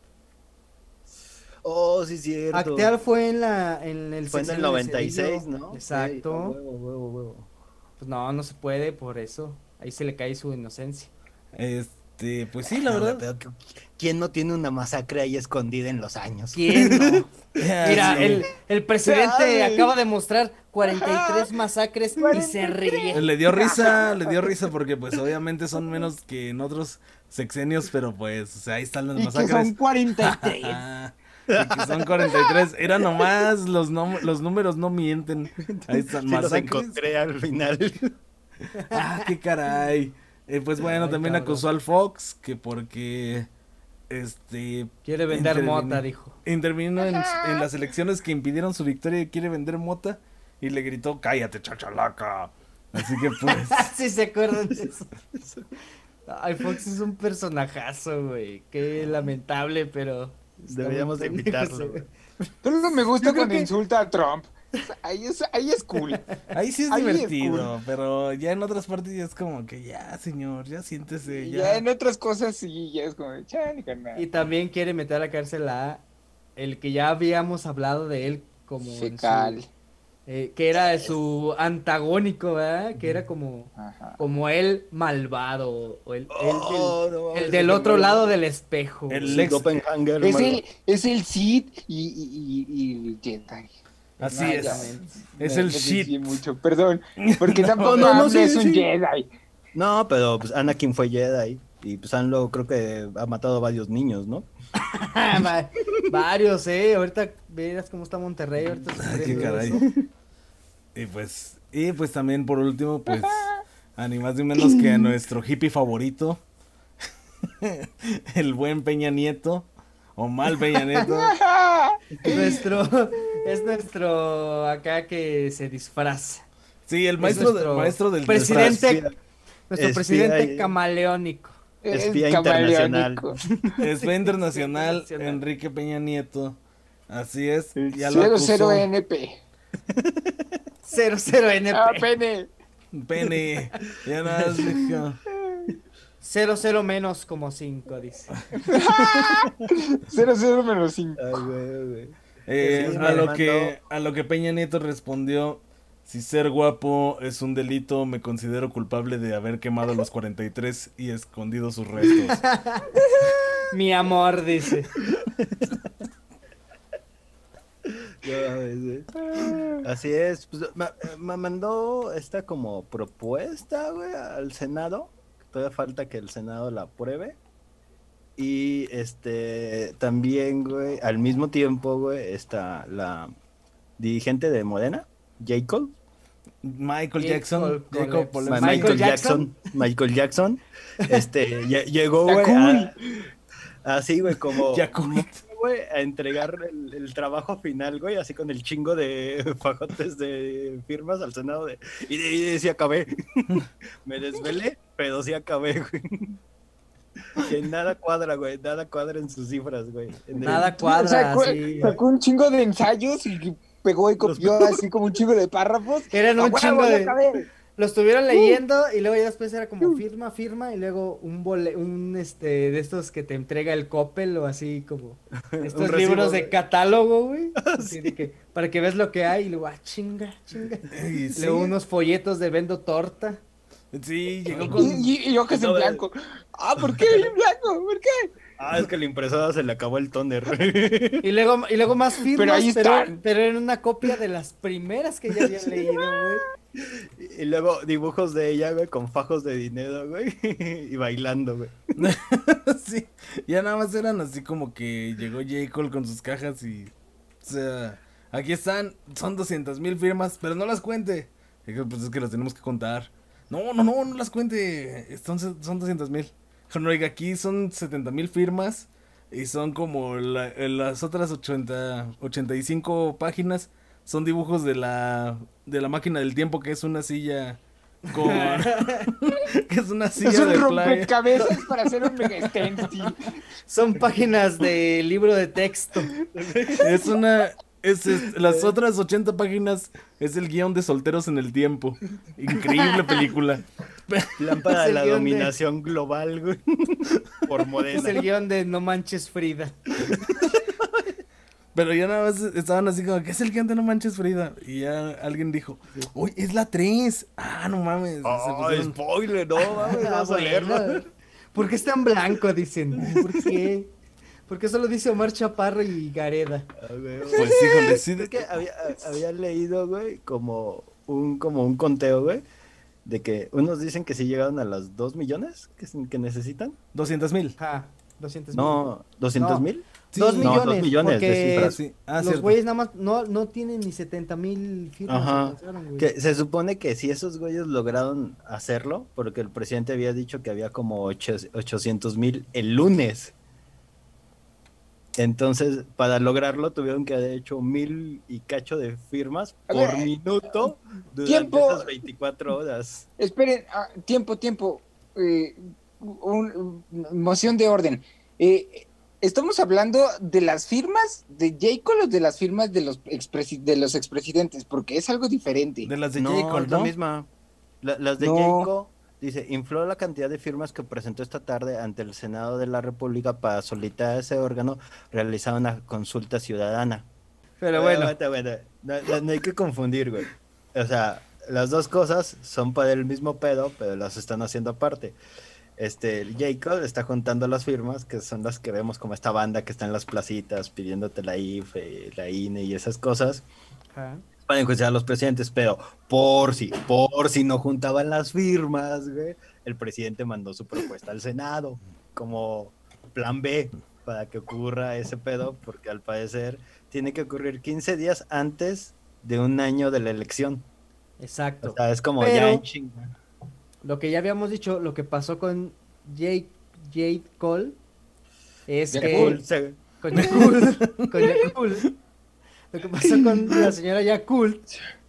Oh, sí, cierto. Acteal fue en el Fue en el sexenio de 96, Cedillo. ¿no? Exacto. Sí, huevo, huevo, huevo. Pues no se puede por eso. Ahí se le cae su inocencia. Pues sí, la No, verdad. pero ¿quién no tiene una masacre ahí escondida en los años? ¿Quién no? Mira, Sí. el presidente Chale. acaba de mostrar 43 masacres y se ríe. Le dio risa porque pues obviamente son menos que en otros sexenios, pero pues, o sea, ahí están las y que masacres. son 43. Ah, y que son 43. Era nomás, los números no mienten. Ahí están Sí los masacres. encontré al final. Ah, qué caray. Pues bueno, Ay, también cabrón. acusó al Fox que porque Quiere vender intervino- mota, dijo. intervino en las elecciones que impidieron su victoria y quiere vender mota y le gritó, cállate, chachalaca. Así que pues, Sí se acuerdan de eso. Ay, Fox es un personajazo, güey. Qué lamentable, pero... está Deberíamos muy de pendejo invitarlo, ese güey. Solo me gusta Yo creo cuando que- insulta a Trump. Ahí es cool. ahí sí es Ahí es divertido, pero ya en otras partes ya es como que ya, señor, ya siéntese, Y ya. ya en otras cosas sí, ya es como de chale, carnal. Y también quiere meter a la cárcel a el que ya habíamos hablado de él como en Fecal. que era su antagónico, ¿verdad? Que era Ajá. como el malvado, o el Oh, no mames, el del ese otro güey. lado del espejo. El Sí, güey. ex- Doppelganger, Es malo. el Cid y el Jedi. Así es. Exactamente. Es Me el desvié shit. mucho, perdón, porque tampoco no, AMLO sí, es un sí. Jedi. No, pero pues Anakin fue Jedi. Y pues AMLO creo que ha matado a varios niños, ¿no? Varios, ahorita verás cómo está Monterrey, ahorita Ay, qué sufriendo caray. eso. Y pues también por último, pues, a ni más ni menos que a nuestro hippie favorito, el buen Peña Nieto, o mal Peña Nieto. Es nuestro acá que se disfraza. Sí, el Es maestro, nuestro maestro del presidente, Espía- nuestro espía- presidente camaleónico. Espía Es camaleónico. Espía internacional, internacional. Enrique Peña Nieto. Así es, El ya lo acusó. 00 NP. 00 NP. Ah, pene. Penny, ya nada más dijo. 00 menos como 5, dice. 00 menos 5. Ay, güey. Sí, A me lo mandó- que Peña Nieto respondió: si ser guapo es un delito, me considero culpable de haber quemado los 43 y escondido sus restos. Mi amor, dice. Así es, pues, me mandó esta como propuesta, güey, al Senado. Todavía falta que el Senado la apruebe. Y también, güey, al mismo tiempo, güey, está la dirigente de Morena, Jacob. Michael Jackson, Jacob Jacob Polemski. Polemski. Michael Jackson. Michael Jackson, llegó, güey, Yakul. así, güey, como, Yakult. güey, a entregar el trabajo final, güey, así con el chingo de fajotes de firmas al Senado y sí acabé. Me desvelé, pero sí acabé, güey. Que nada cuadra, güey, nada cuadra en sus cifras, güey. Nada cuadra, Sacó, así. sacó un chingo de ensayos y pegó y copió así como un chingo de párrafos. Eran ¡A un huevo, chingo ya de... acabé! Lo estuvieron leyendo y luego ya después era como firma y luego un de estos que te entrega el Coppel o así como estos recibo, libros de güey. catálogo, güey. Así de que, para que veas lo que hay y luego, chinga. Y sí, Luego unos folletos de vendo torta. sí, llegó con... Y hojas en No, blanco. Ah, ¿por qué en blanco? ¿Por qué? Es que la impresora se le acabó el toner. Y luego más firmas, Pero ahí están. pero en una copia de las primeras que ya había leído, güey. Y luego dibujos de ella, güey, con fajos de dinero, güey, y bailando, güey. Sí, ya nada más eran así como que llegó J. Cole con sus cajas y... O sea, aquí están, son 200,000 firmas, pero no las cuente. Y dije, pues es que las tenemos que contar. No las cuente, son 200,000. No, oiga, aquí son 70,000 firmas y son como las otras 85 páginas son dibujos de la máquina del tiempo, que es una silla con... que es una silla Es un de playa. rompecabezas para hacer un mega stencil. Son páginas de libro de texto. Es una... las otras 80 páginas es el guión de Solteros en el Tiempo. Increíble película. Lámpara Es de el la guión de- dominación global, güey. Por Es el Modena. guión de No Manches Frida. Pero ya nada más estaban así como, ¿qué es el guión de No Manches Frida? Y ya alguien dijo, uy, es la 3. Ah, no mames. Se Oh, pusieron- spoiler, no, mames, Ah, vamos a leerlo. bueno. ¿Por qué está en blanco? Dicen. ¿Por qué? Porque solo dice Omar Chaparro y Gareda. Pues híjole, sí. Es que había leído, güey, como un conteo, güey, de que unos dicen que sí llegaron a las 2 millones que necesitan. 200,000. Ajá, 200,000. No, 200,000. Sí. 2 No, millones. 2 millones de porque cifras. Sí. Ah, los cierto. güeyes nada más no tienen ni 70,000 firmas. Ajá. alcanzaron, güey. Que se supone que si esos güeyes lograron hacerlo, porque el presidente había dicho que había como 800,000 el lunes. Entonces, para lograrlo, tuvieron que haber hecho 1,000 y cacho de firmas A por ver, minuto durante tiempo. esas 24 horas. Esperen, tiempo. Moción de orden. ¿Estamos hablando de las firmas de J. Cole o de las firmas de los expresidentes? Porque es algo diferente. De las de No, J. Cole, es la ¿no? misma. Las de No. Jacob, dice, infló la cantidad de firmas que presentó esta tarde ante el Senado de la República para solicitar a ese órgano realizar una consulta ciudadana. Pero bueno. Aguanta. No hay que confundir, güey. O sea, las dos cosas son para el mismo pedo, pero las están haciendo aparte. el J. Cole está juntando las firmas, que son las que vemos como esta banda que está en las placitas pidiéndote la IFE, la INE y esas cosas. Ajá. Para enjuiciar a los presidentes, pero por si no juntaban las firmas, güey, el presidente mandó su propuesta al Senado como plan B para que ocurra ese pedo, porque al parecer tiene que ocurrir 15 días antes de un año de la elección. Exacto. O sea, es como Pero- ya en chinga. Lo que ya habíamos dicho, lo que pasó con J. Cole es Ya que... Cole. Con Yakult, con Yakult. Lo que pasó con la señora Yakult,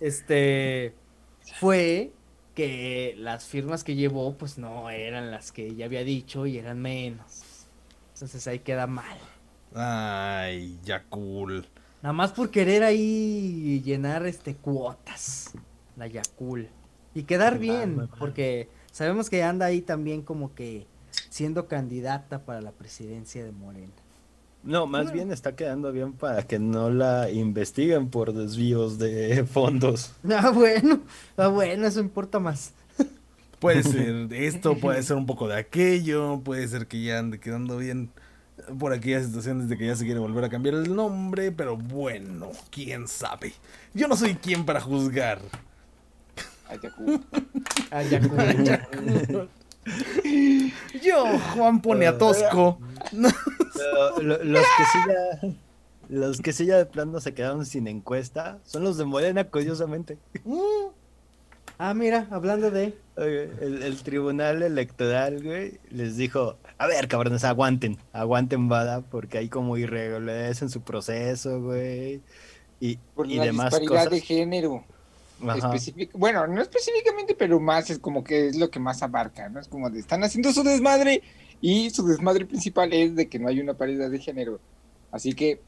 fue que las firmas que llevó, pues no eran las que ella había dicho y eran menos. Entonces ahí queda mal. Ay, ya cool. Nada más por querer ahí llenar cuotas, la Yakult. Y quedar bien, porque sabemos que anda ahí también como que siendo candidata para la presidencia de Morena. No, más bien está quedando bien para que no la investiguen por desvíos de fondos. Ah, bueno, eso importa más. Puede ser de esto, puede ser un poco de aquello, puede ser que ya ande quedando bien por aquellas situaciones de que ya se quiere volver a cambiar el nombre, pero bueno, quién sabe. Yo no soy quien para juzgar. Ay, Yakult. Ah, Yakult. Yo, Juan Poniatosco. Pero los que sí ya de plano se quedaron sin encuesta son los de Morena, curiosamente. Ah, mira, hablando de... Oye, el tribunal electoral, güey, les dijo, a ver, cabrones, aguanten vada, porque hay como irregularidades en su proceso, güey, Por y la demás disparidad cosas. de género. Ajá. Bueno, no específicamente, pero más es como que es lo que más abarca, ¿no? Es como de están haciendo su desmadre y su desmadre principal es de que no hay una paridad de género. Así que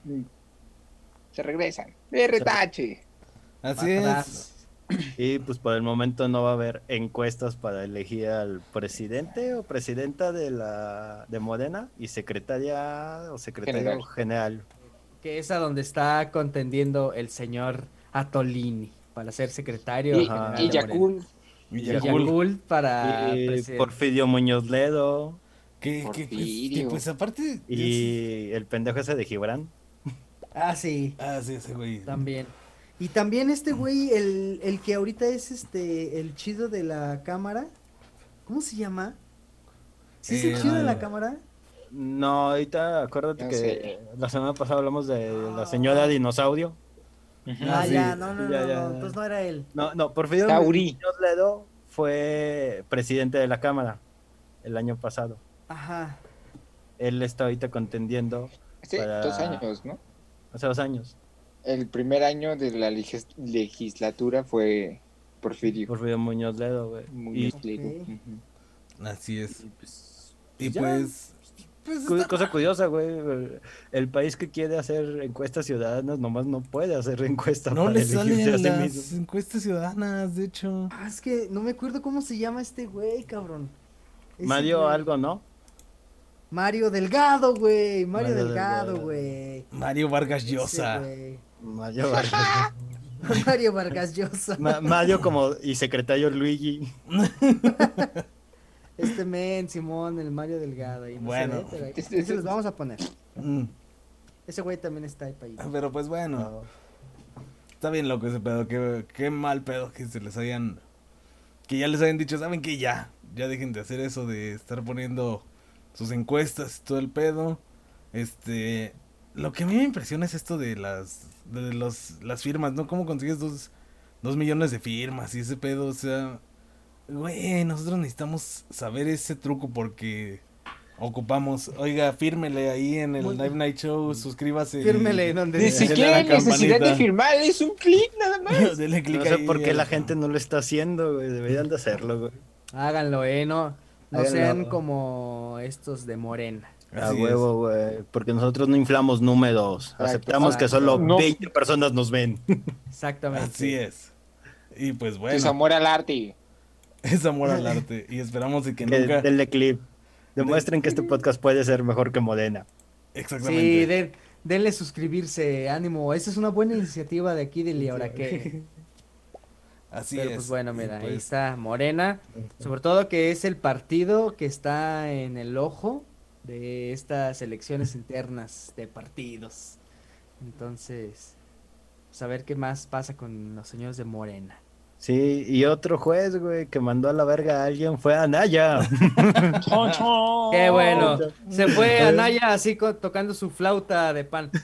se regresan. De retache. Así atrás. es. Y pues por el momento no va a haber encuestas para elegir al presidente o presidenta de Morena y secretaria o secretario general. Que es a donde está contendiendo el señor Atolini para ser secretario Y, general y de Morena. Yakult. Y Yakult. Yakult para Y presidente. Porfirio Muñoz Ledo Que Porfirio. pues aparte. y el pendejo ese de Gibran. Ah, sí, Sí, ese güey. también. Y también este güey, el que ahorita es el chido de la cámara. ¿Cómo se llama? ¿Sí es el chido de la cámara? No, ahorita acuérdate No que sé. la semana pasada hablamos de la señora dinosaurio. Ah, sí. ya, no, Ya. entonces no era él. No, Porfirio Tauri. Muñoz Ledo fue presidente de la Cámara el año pasado. Ajá. Él está ahorita contendiendo Hace para- 2 años, ¿no? hace 2 años. El primer año de la legislatura fue Porfirio. Porfirio Muñoz Ledo, güey. Muñoz Ok. Ledo. Ujú. Así es. Y, pues, Y ya. pues. está Cosa curiosa, güey. El país que quiere hacer encuestas ciudadanas nomás no puede hacer encuestas No para le elegirse a salen sí las mismo. encuestas ciudadanas, de hecho. Ah, es que no me acuerdo cómo se llama este güey, cabrón. Ese Mario güey. algo, ¿no? Mario Delgado, güey. Mario Mario Delgado, Delgado. güey. Mario Vargas Ese Llosa. güey. Mario Vargas. Mario Vargas Llosa. Mario como y secretario Luigi. Este men, Simón, el Mario Delgado. Ahí no Bueno. se ve, pero ahí se los vamos a poner. Mm, Ese güey también está ahí para ahí. Pero pues bueno. Está bien loco ese pedo. Qué mal pedo que se les hayan. Que ya les hayan dicho, ¿saben qué? Ya dejen de hacer eso de estar poniendo sus encuestas y todo el pedo. Lo que a mí me impresiona es esto de las firmas, ¿no? ¿Cómo consigues 2 millones de firmas y ese pedo? O sea, güey, nosotros necesitamos saber ese truco porque ocupamos. Oiga, fírmele ahí en el Muy- Live Night Show, suscríbase. Fírmele donde Ni Denle a siquiera la hay necesidad de campanita. firmar, es un clic nada más. Denle clic No sé ahí por qué al- la gente no lo está haciendo, güey. Deberían de hacerlo, güey. Háganlo, no Háganlo. sean como estos de Morena. A Así huevo, güey. Porque nosotros no inflamos números. Exacto. Aceptamos que Exacto. solo No. 20 personas nos ven. Exactamente. Así es. Y pues Es bueno, amor al arte. es amor al arte. Y esperamos de que Que nunca. denle clip. Demuestren que este podcast puede ser mejor que Modena. Exactamente. Sí, denle suscribirse, ánimo. Esa es una buena iniciativa de aquí de Liauraque. Así Pero es. pues bueno, mira, ahí Pues, está Morena, sobre todo que es el partido que está en el ojo de estas elecciones internas de partidos. Entonces, pues a ver qué más pasa con los señores de Morena. Sí, y otro juez, güey, que mandó a la verga a alguien fue Anaya. Qué bueno. Oh. Se fue Anaya así tocando su flauta de pan,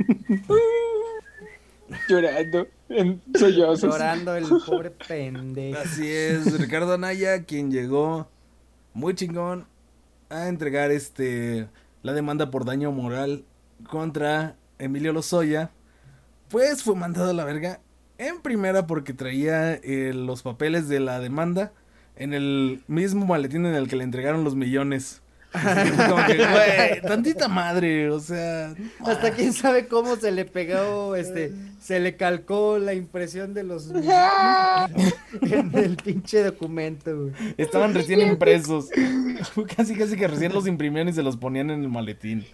Llorando en sollozos. llorando el pobre pendejo. así es, Ricardo Anaya, quien llegó muy chingón a entregar la demanda por daño moral contra Emilio Lozoya, pues fue mandado a la verga en primera porque traía los papeles de la demanda en el mismo maletín en el que le entregaron los millones. Así que fue como que, güey, tantita madre, o sea, Hasta quién sabe cómo se le pegó, se le calcó la impresión de los en el pinche documento, güey. estaban recién impresos. Casi que recién los imprimían y se los ponían en el maletín.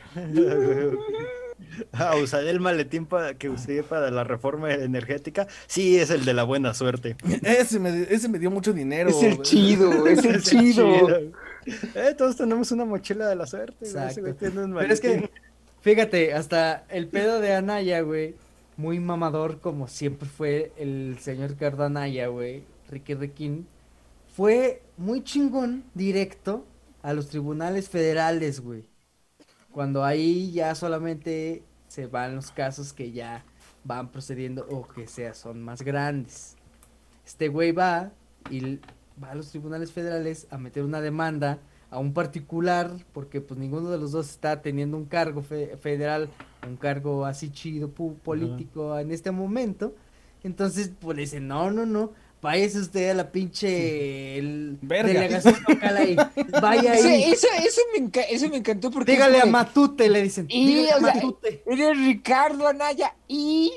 Usaré el maletín que usé para la reforma energética. Sí, es el de la buena suerte. Ese me dio mucho dinero. Es el chido, es el Es el chido. Todos tenemos una mochila de la suerte, güey. Ese güey Exacto. tiene un Pero es maletín. que, fíjate, hasta el pedo de Anaya, güey, muy mamador como siempre fue el señor Ricardo Anaya, güey, Ricky Riquín, fue muy chingón directo a los tribunales federales, güey. Cuando ahí ya solamente se van los casos que ya van procediendo o que son más grandes. Este güey va y va a los tribunales federales a meter una demanda a un particular porque pues ninguno de los dos está teniendo un cargo federal, un cargo así chido político en este momento. Entonces pues le dicen, no, váyase usted a la pinche Verga. delegación local ahí, vaya ahí. Eso me encantó porque Dígale es a como de, Matute, le dicen. Y, Dígale a o sea, Matute. eres Ricardo Anaya y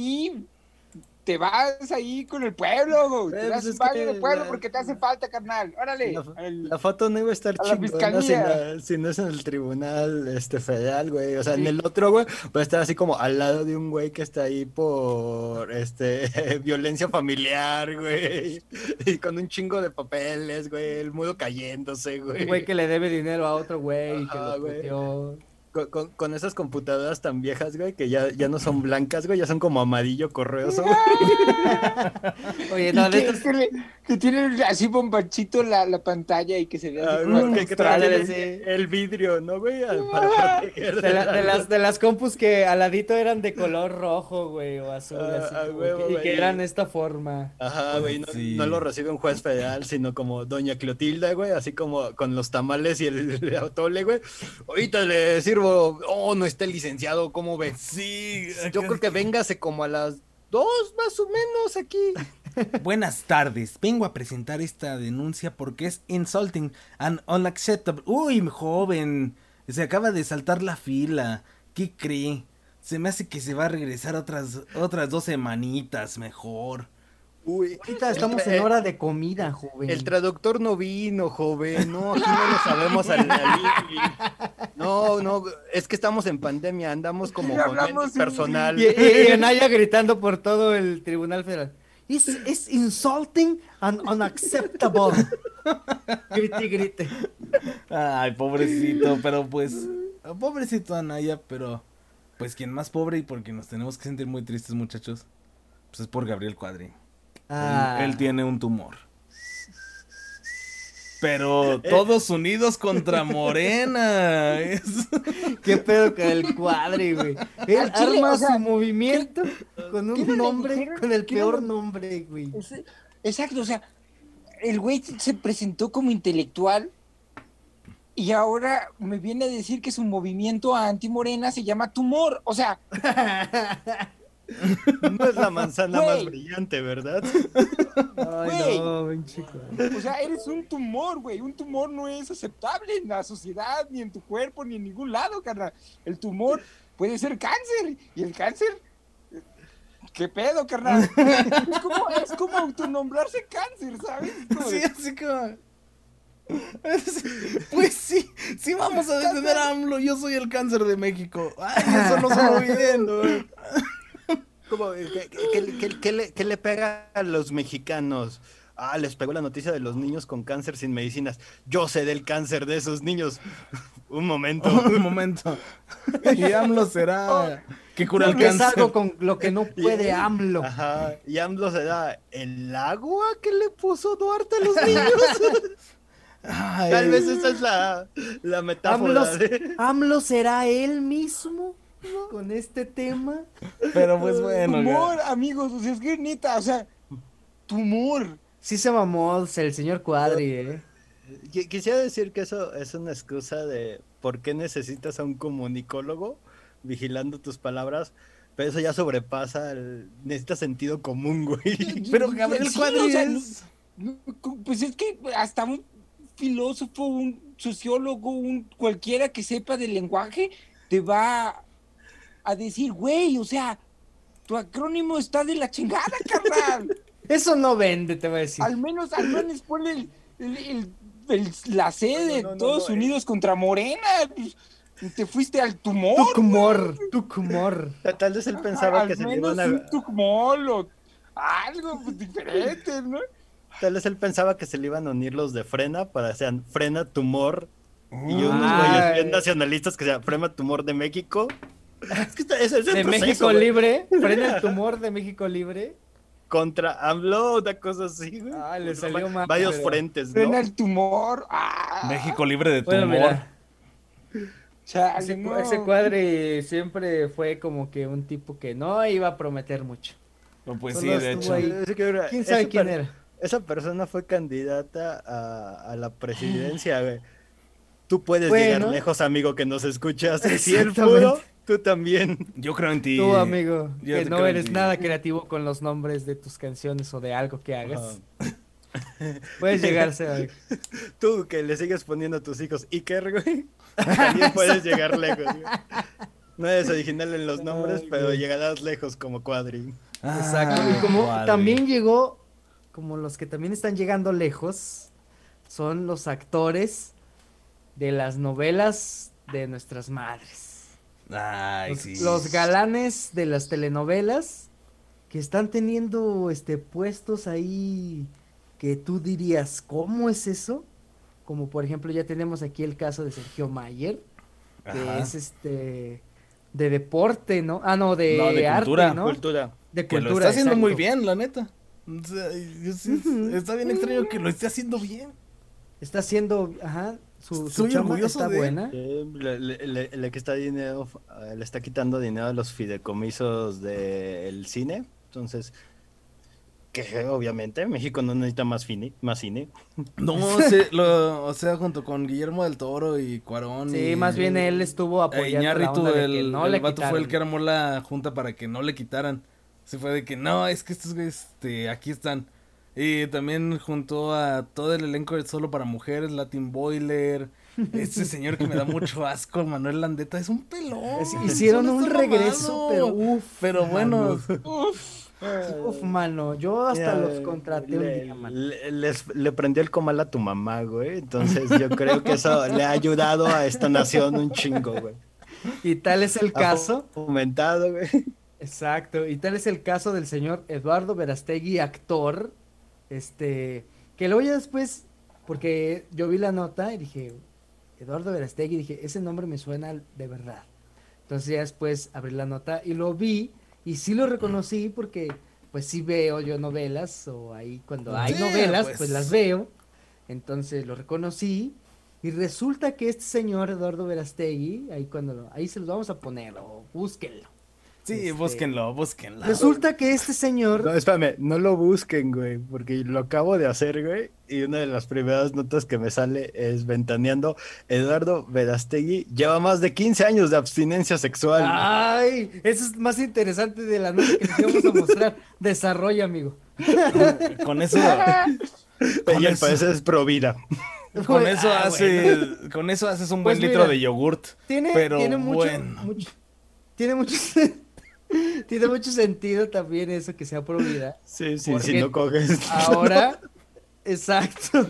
te vas ahí con el pueblo, güey. Te Pues das es un baño que de pueblo la- porque te hace falta, carnal. Órale. La foto no iba a estar a la chingona fiscalía. si no es en el tribunal federal, güey. O sea, en el otro, güey, va a estar así como al lado de un güey que está ahí por violencia familiar, güey. Y con un chingo de papeles, güey. El mudo cayéndose, Un güey. güey que le debe dinero a otro güey que Ajá, lo güey. puteó. Con esas computadoras tan viejas, güey, que ya no son blancas, güey, ya son como amarillo correoso, güey. Oye, Y no, de que, estos. que tiene así bombachito la pantalla y que se ve así Ah, como güey, que australes, tiene sí. el vidrio, ¿no, güey? Para proteger De las compus que al ladito eran de color rojo, güey, o azul, así Ah, como huevo, y güey. que eran esta forma. Ajá, güey, Sí. no lo recibe un juez federal, sino como Doña Clotilda, güey, así como con los tamales y el atole, güey. Ahorita le sirvo, no está el licenciado, ¿cómo ve? Sí. Yo creo que véngase como a las 2 más o menos aquí. Buenas tardes, vengo a presentar esta denuncia porque es insulting and unacceptable. Uy, joven, se acaba de saltar la fila. ¿Qué cree? Se me hace que se va a regresar otras 2 semanitas mejor. Uy, Ahorita estamos en hora de comida, joven. el traductor no vino, joven, no, aquí no lo sabemos al No, es que estamos en pandemia, andamos como Sí, con hablamos menos personal. Y Anaya gritando por todo el tribunal federal. It's insulting and unacceptable. Grite, grite. Ay, pobrecito, pero pues, pobrecito Anaya, pero pues quien más pobre y por quien nos tenemos que sentir muy tristes, muchachos, pues es por Gabriel Cuadri. Él tiene un tumor. Pero todos unidos contra Morena. ¿Qué pedo con el Cuadri, güey? Él Al chile, arma o sea, su movimiento con qué un no le nombre, dijeron? con el ¿Qué no peor le- nombre, güey. Exacto, o sea, el güey se presentó como intelectual y ahora me viene a decir que su movimiento anti-morena se llama Tumor. O sea, No es la manzana Güey. más brillante, ¿verdad? Ay, Güey. no, pinche Cuadri. o sea, eres un tumor, güey. Un tumor no es aceptable en la sociedad, ni en tu cuerpo, ni en ningún lado, carnal. El tumor puede ser cáncer y el cáncer... ¿Qué pedo, carnal? Es como autonombrarse cáncer, ¿sabes? Es como Sí, de- así como... Pues sí vamos a detener a AMLO, yo soy el cáncer de México. Ay, eso no sonó bien. Como, ¿qué le pega a los mexicanos? Ah, les pegó la noticia de los niños con cáncer sin medicinas. Yo sé del cáncer de esos niños. Un momento. Un momento. Y AMLO será que cura el Porque es cáncer. algo con lo que no puede AMLO. Ajá. Y AMLO se da el agua que le puso Duarte a los niños. Ay, Tal vez esa es la metáfora. AMLO será él mismo con este tema. pero pues bueno. Tumor, amigos, o sea, es que neta, o sea, tumor. Sí se mamó el señor Cuadri, Quisiera decir que eso es una excusa de por qué necesitas a un comunicólogo vigilando tus palabras, pero eso ya sobrepasa necesitas sentido común, güey. Pero Gabriel Sí, Cuadri o sea, es... Pues es que hasta un filósofo, un sociólogo, un cualquiera que sepa del lenguaje, te va a decir, güey, o sea, tu acrónimo está de la chingada, carnal. Eso no vende, te voy a decir. Al menos ponle la C de No, Todos Unidos contra Morena. Pues, te fuiste al tumor. Tucumor. Tal vez él pensaba Al que se le menos iban un a... tumor o algo pues, diferente, ¿no? Tal vez él pensaba que se le iban a unir los de Frena para sean Frena Tumor y unos Ay. güeyes bien nacionalistas que sean Frena Tumor de México. Es que es el De proceso, México güey. Libre. Frena el tumor de México Libre. Contra AMLO, una cosa así, güey. Ah, le salió mal, Varios pero- frentes, ¿no? Frena el tumor. México libre de Bueno, tumor. mira, Chale, ese, no. ese Cuadri siempre fue como que un tipo que no iba a prometer mucho. Pues Solo sí, de estuvo hecho. ahí. Es que, mira, ¿Quién sabe esa quién per- era? Esa persona fue candidata a la presidencia, güey. Tú puedes Bueno. llegar lejos, amigo, que nos escuchas. Si él Exactamente. pudo, tú también. Yo creo en ti. Tú, amigo, Yo que te no creo en eres ti. nada creativo con los nombres de tus canciones o de algo que hagas. Ajá. Puedes llegarse a... Tú que le sigues poniendo a tus hijos Iker, güey. También puedes llegar lejos, güey. No eres original en los nombres, Ay, pero güey. llegarás lejos como Cuadri. Exacto. Ah, Y como Cuadri. también llegó, como los que también están llegando lejos, son los actores de las novelas de nuestras madres. Ay, Los, sí. los galanes de las telenovelas que están teniendo puestos ahí que tú dirías, ¿cómo es eso? Como por ejemplo ya tenemos aquí el caso de Sergio Mayer, que Ajá. es de deporte, ¿no? Ah, no, de, No, de arte, cultura. ¿no? Cultura. De Que cultura. lo está haciendo exacto. muy bien, la neta. O sea, está bien extraño que lo esté haciendo bien. Está haciendo, ajá, su Estoy chamba orgulloso está de él. buena. Le quita dinero, le está quitando dinero a los fideicomisos del cine. Entonces, que obviamente México no necesita más cine. No, o sea, junto con Guillermo del Toro y Cuarón. Sí, y, más bien él estuvo apoyando la Iñárritu, onda de que no el le vato fue el quitaran. que armó la junta para que no le quitaran. Se fue de que no, es que estos güeyes aquí están. Y también juntó a todo el elenco de Solo para Mujeres, Latin Boiler. Ese señor que me da mucho asco, Manuel Landeta, es un pelón. Hicieron solo un está regreso, mamado. pero uff. Pero bueno, Uf, mano, yo hasta Mira, los contraté un día, mano. le prendió el comal a tu mamá, güey. Entonces yo creo que eso le ha ayudado a esta nación un chingo, güey. Y tal es el Ha caso, fomentado, güey. exacto, y tal es el caso del señor Eduardo Verastegui, actor, que luego ya después, porque yo vi la nota y dije, Eduardo Verastegui, dije, ese nombre me suena de verdad. Entonces ya después abrí la nota y lo vi y sí lo reconocí porque pues sí veo yo novelas o ahí cuando hay Sí, novelas pues. pues las veo. Entonces lo reconocí y resulta que este señor Eduardo Verastegui, ahí se los vamos a poner o búsquenlo. sí, búsquenlo. Resulta que este señor No, espérame, no lo busquen, güey, porque lo acabo de hacer, güey, y una de las primeras notas que me sale es ventaneando, Eduardo Verastegui lleva más de 15 años de abstinencia sexual. Ay, eso es más interesante de la nota que les íbamos a mostrar. Desarrolla, amigo. Con eso, Y al eso. parecer es pro vida. con eso Ah, con eso haces un Pues buen litro mira, de yogurt. Tiene Pero mucho, bueno. tiene mucho, tiene mucho sentido también eso que sea pro vida. Sí, sí, Porque si no coges. Ahora, exacto.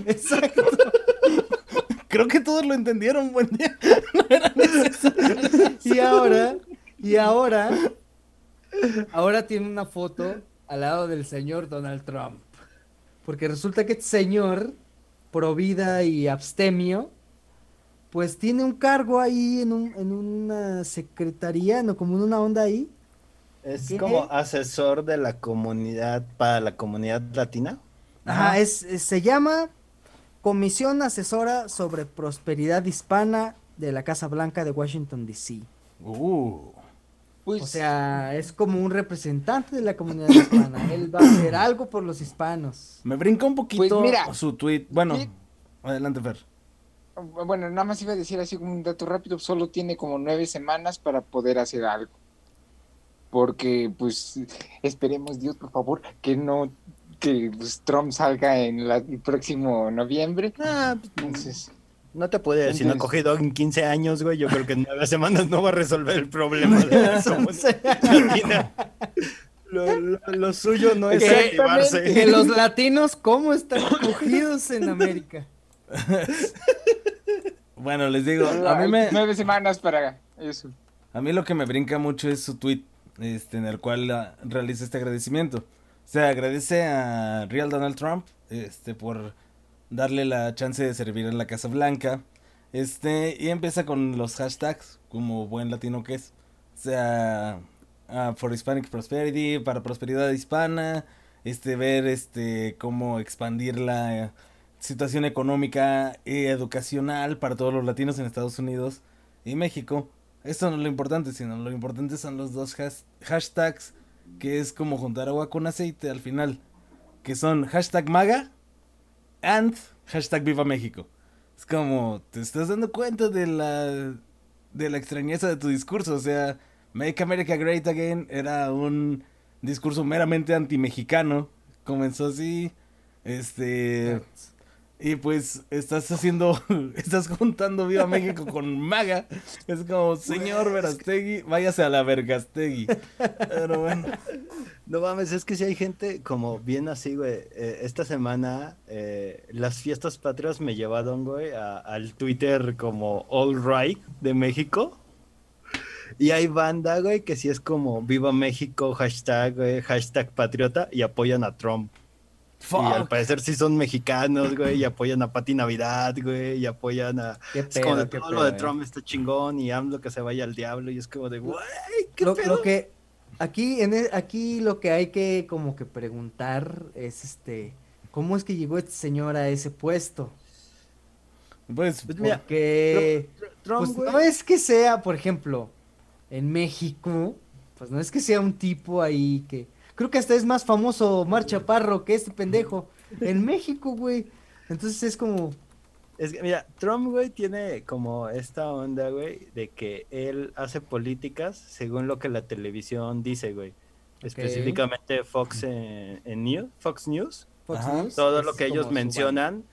Creo que todos lo entendieron, buen día. Y ahora, ahora tiene una foto al lado del señor Donald Trump. Porque resulta que este señor, pro vida y abstemio, pues tiene un cargo ahí en una secretaría, no, como en una onda ahí. Es ¿Qué? como asesor de la comunidad, para la comunidad latina. Ajá, Ajá. se llama Comisión Asesora sobre Prosperidad Hispana de la Casa Blanca de Washington, D.C. Pues, O sea, es como un representante de la comunidad hispana. Él va a hacer algo por los hispanos. Me brinca un poquito Pues mira, su tweet. Bueno, sí. adelante, Fer. Bueno, nada más iba a decir así como un dato rápido, solo tiene como 9 semanas para poder hacer algo. Porque, pues, esperemos Dios, por favor, que pues, Trump salga en el próximo noviembre. Ah, Entonces, no te puede decir, no ha Entonces- cogido en 15 años, güey. Yo creo que en 9 semanas no va a resolver el problema de la comunidad latina. Lo suyo no es Que activarse. los latinos, ¿cómo están cogidos en América? Bueno, les digo, a mí me... 9 semanas para eso. A mí lo que me brinca mucho es su tweet, en el cual realiza este agradecimiento. O sea, agradece a Real Donald Trump, por darle la chance de servir en la Casa Blanca, y empieza con los hashtags, como buen latino que es. O sea, for Hispanic Prosperity, para prosperidad hispana, ver, cómo expandir la situación económica y educacional para todos los latinos en Estados Unidos y México. Esto no es lo importante, sino lo importante son los dos hashtags, que es como juntar agua con aceite al final, que son hashtag MAGA and hashtag Viva México. Es como, te estás dando cuenta de la extrañeza de tu discurso. O sea, Make America Great Again era un discurso meramente anti-mexicano. Comenzó así, y pues estás estás juntando Viva México con MAGA. Es como, señor Verastegui, váyase a la Vergastegui. Pero bueno. No mames, es que si hay gente como bien así, güey. Esta semana las fiestas patrias me llevaron, güey, al Twitter como All Right de México. Y hay banda, güey, que sí es como Viva México, hashtag, güey, hashtag patriota y apoyan a Trump. Y al Fuck. parecer sí son mexicanos, güey, y apoyan a Pati Navidad, güey, y apoyan a... Qué Es como de pedo, qué todo lo de pedo, Trump está chingón y AMLO que se vaya al diablo y es como de, güey, qué Lo pedo. que aquí lo que hay que como que preguntar es ¿cómo es que llegó este señor a ese puesto? Pues, Pues mira, Porque Trump, pues güey, no es que sea, por ejemplo, en México, pues no es que sea un tipo ahí que creo que hasta es más famoso Omar Chaparro que este pendejo en México, güey. Entonces es como es que, mira, Trump, güey, tiene como esta onda, güey, de que él hace políticas según lo que la televisión dice, güey. Específicamente Fox News. Fox Ajá. News, Todo es lo que como ellos su mencionan,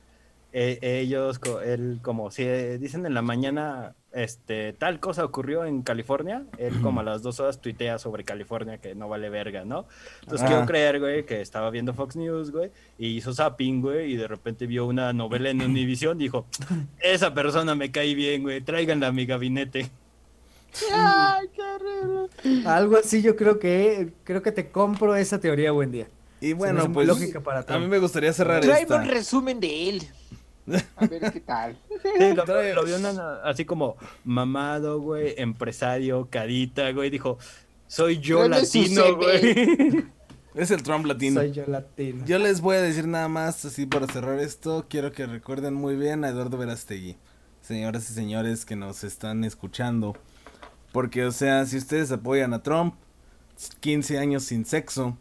él como si dicen en la mañana, tal cosa ocurrió en California, él como a las 2 horas tuitea sobre California que no vale verga, ¿no? Entonces Ajá. quiero creer, güey, que estaba viendo Fox News, güey, y hizo zapping, güey, y de repente vio una novela en Univision, dijo, esa persona me cae bien, güey, tráiganla a mi gabinete. ¡Ay, qué horrible! Algo así yo creo que te compro esa teoría buen día. y Se me bueno, hace muy pues lógica para a mí Trump. me gustaría cerrar Tráeme esta. un resumen de él. A ver qué tal. Sí, lo vio así como mamado, güey, empresario, carita, güey, dijo, soy yo Tráeme su latino, CV. güey. Es el Trump latino. Soy yo latino. Yo les voy a decir nada más, así para cerrar esto, quiero que recuerden muy bien a Eduardo Verastegui, señoras y señores que nos están escuchando, porque, o sea, si ustedes apoyan a Trump, 15 años sin sexo,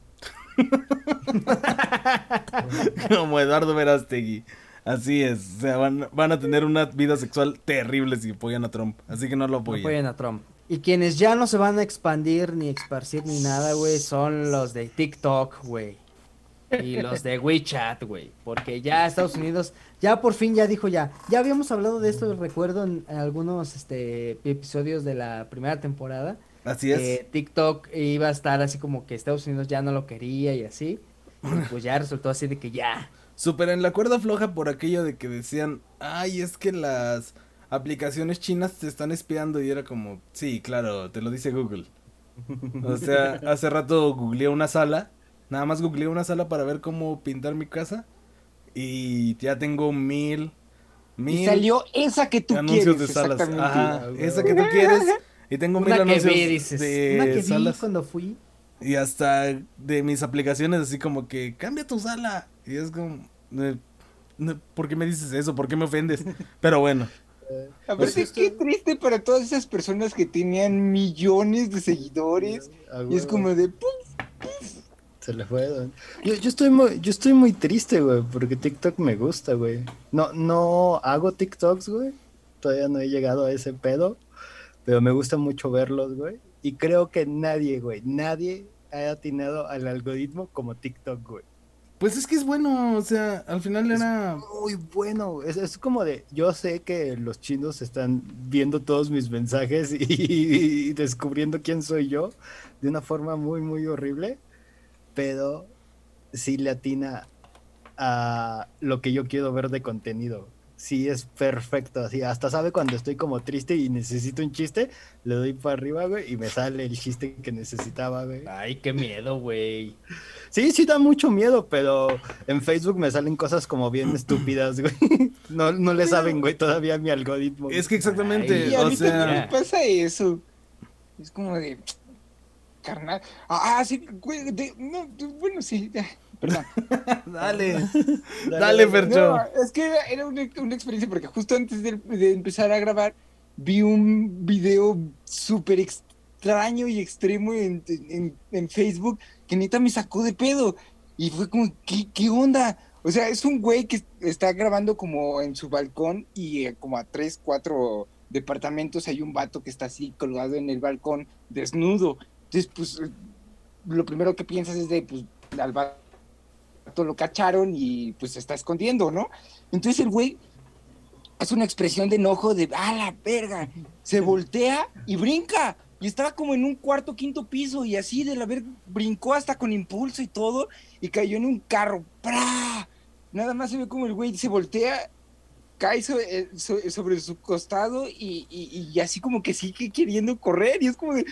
como Eduardo Verastegui, así es, o sea, van a tener una vida sexual terrible si apoyan a Trump, así que no lo No apoyen. apoyen a Trump. Y quienes ya no se van a expandir ni esparcir ni nada, güey, son los de TikTok, güey. Y los de WeChat, güey. Porque ya Estados Unidos, ya por fin ya dijo ya. Ya habíamos hablado de esto, recuerdo, en algunos episodios de la primera temporada. Así es. Que TikTok iba a estar así como que Estados Unidos ya no lo quería y así. Y pues ya resultó así de que ya. Súper en la cuerda floja por aquello de que decían, ay, es que las aplicaciones chinas te están espiando y era como, sí, claro, te lo dice Google. O sea, hace rato googleé una sala. Nada más googleé una sala para ver cómo pintar mi casa. Y ya tengo Y 1000 salió esa que tú anuncios quieres, de salas. exactamente. Ajá, Ah, esa güey. que tú quieres. Y tengo 1000 Una que anuncios vi, dices. de Una que vi salas. cuando fui. Y hasta de mis aplicaciones, así como que cambia tu sala. Y es como, ¿por qué me dices eso? ¿Por qué me ofendes? Pero bueno, Aparte, qué triste para todas esas personas que tenían millones de seguidores. Ah, Y es güey. como de, ¡pum! Se le fue, güey. Yo estoy muy triste, güey, porque TikTok me gusta, güey. No hago TikToks, güey. Todavía no he llegado a ese pedo, pero me gusta mucho verlos, güey. Y creo que nadie ha atinado al algoritmo como TikTok, güey. pues es que es bueno. O sea, al final era. Muy bueno, güey. Es como de, yo sé que los chinos están viendo todos mis mensajes y descubriendo quién soy yo de una forma muy, muy horrible, pero sí le atina a lo que yo quiero ver de contenido. Sí, es perfecto, así, hasta sabe cuando estoy como triste y necesito un chiste, le doy para arriba, güey, y me sale el chiste que necesitaba, güey. Ay, qué miedo, güey. Sí, da mucho miedo, pero en Facebook me salen cosas como bien estúpidas, güey. No le saben, güey, todavía mi algoritmo. Es que exactamente, Y a o mí también me sea, pasa eso. Es como de, carnal. Sí, güey, bueno, sí, ya, perdón. dale, Dale, dale, dale. Fercho. No, es que era una experiencia porque justo antes de empezar a grabar vi un video súper extraño y extremo en Facebook que neta me sacó de pedo y fue como, ¿qué onda? O sea, es un güey que está grabando como en su balcón y como a 3, 4 departamentos hay un vato que está así colgado en el balcón desnudo. Entonces, pues, lo primero que piensas es de, pues, al vato lo cacharon y pues se está escondiendo, ¿no? Entonces el güey hace una expresión de enojo de, la verga! Se voltea y brinca. Y estaba como en un cuarto, quinto piso y así de la verga brincó hasta con impulso y todo y cayó en un carro. ¡Pra! Nada más se ve como el güey se voltea, cae sobre su costado y así como que sigue queriendo correr y es como de,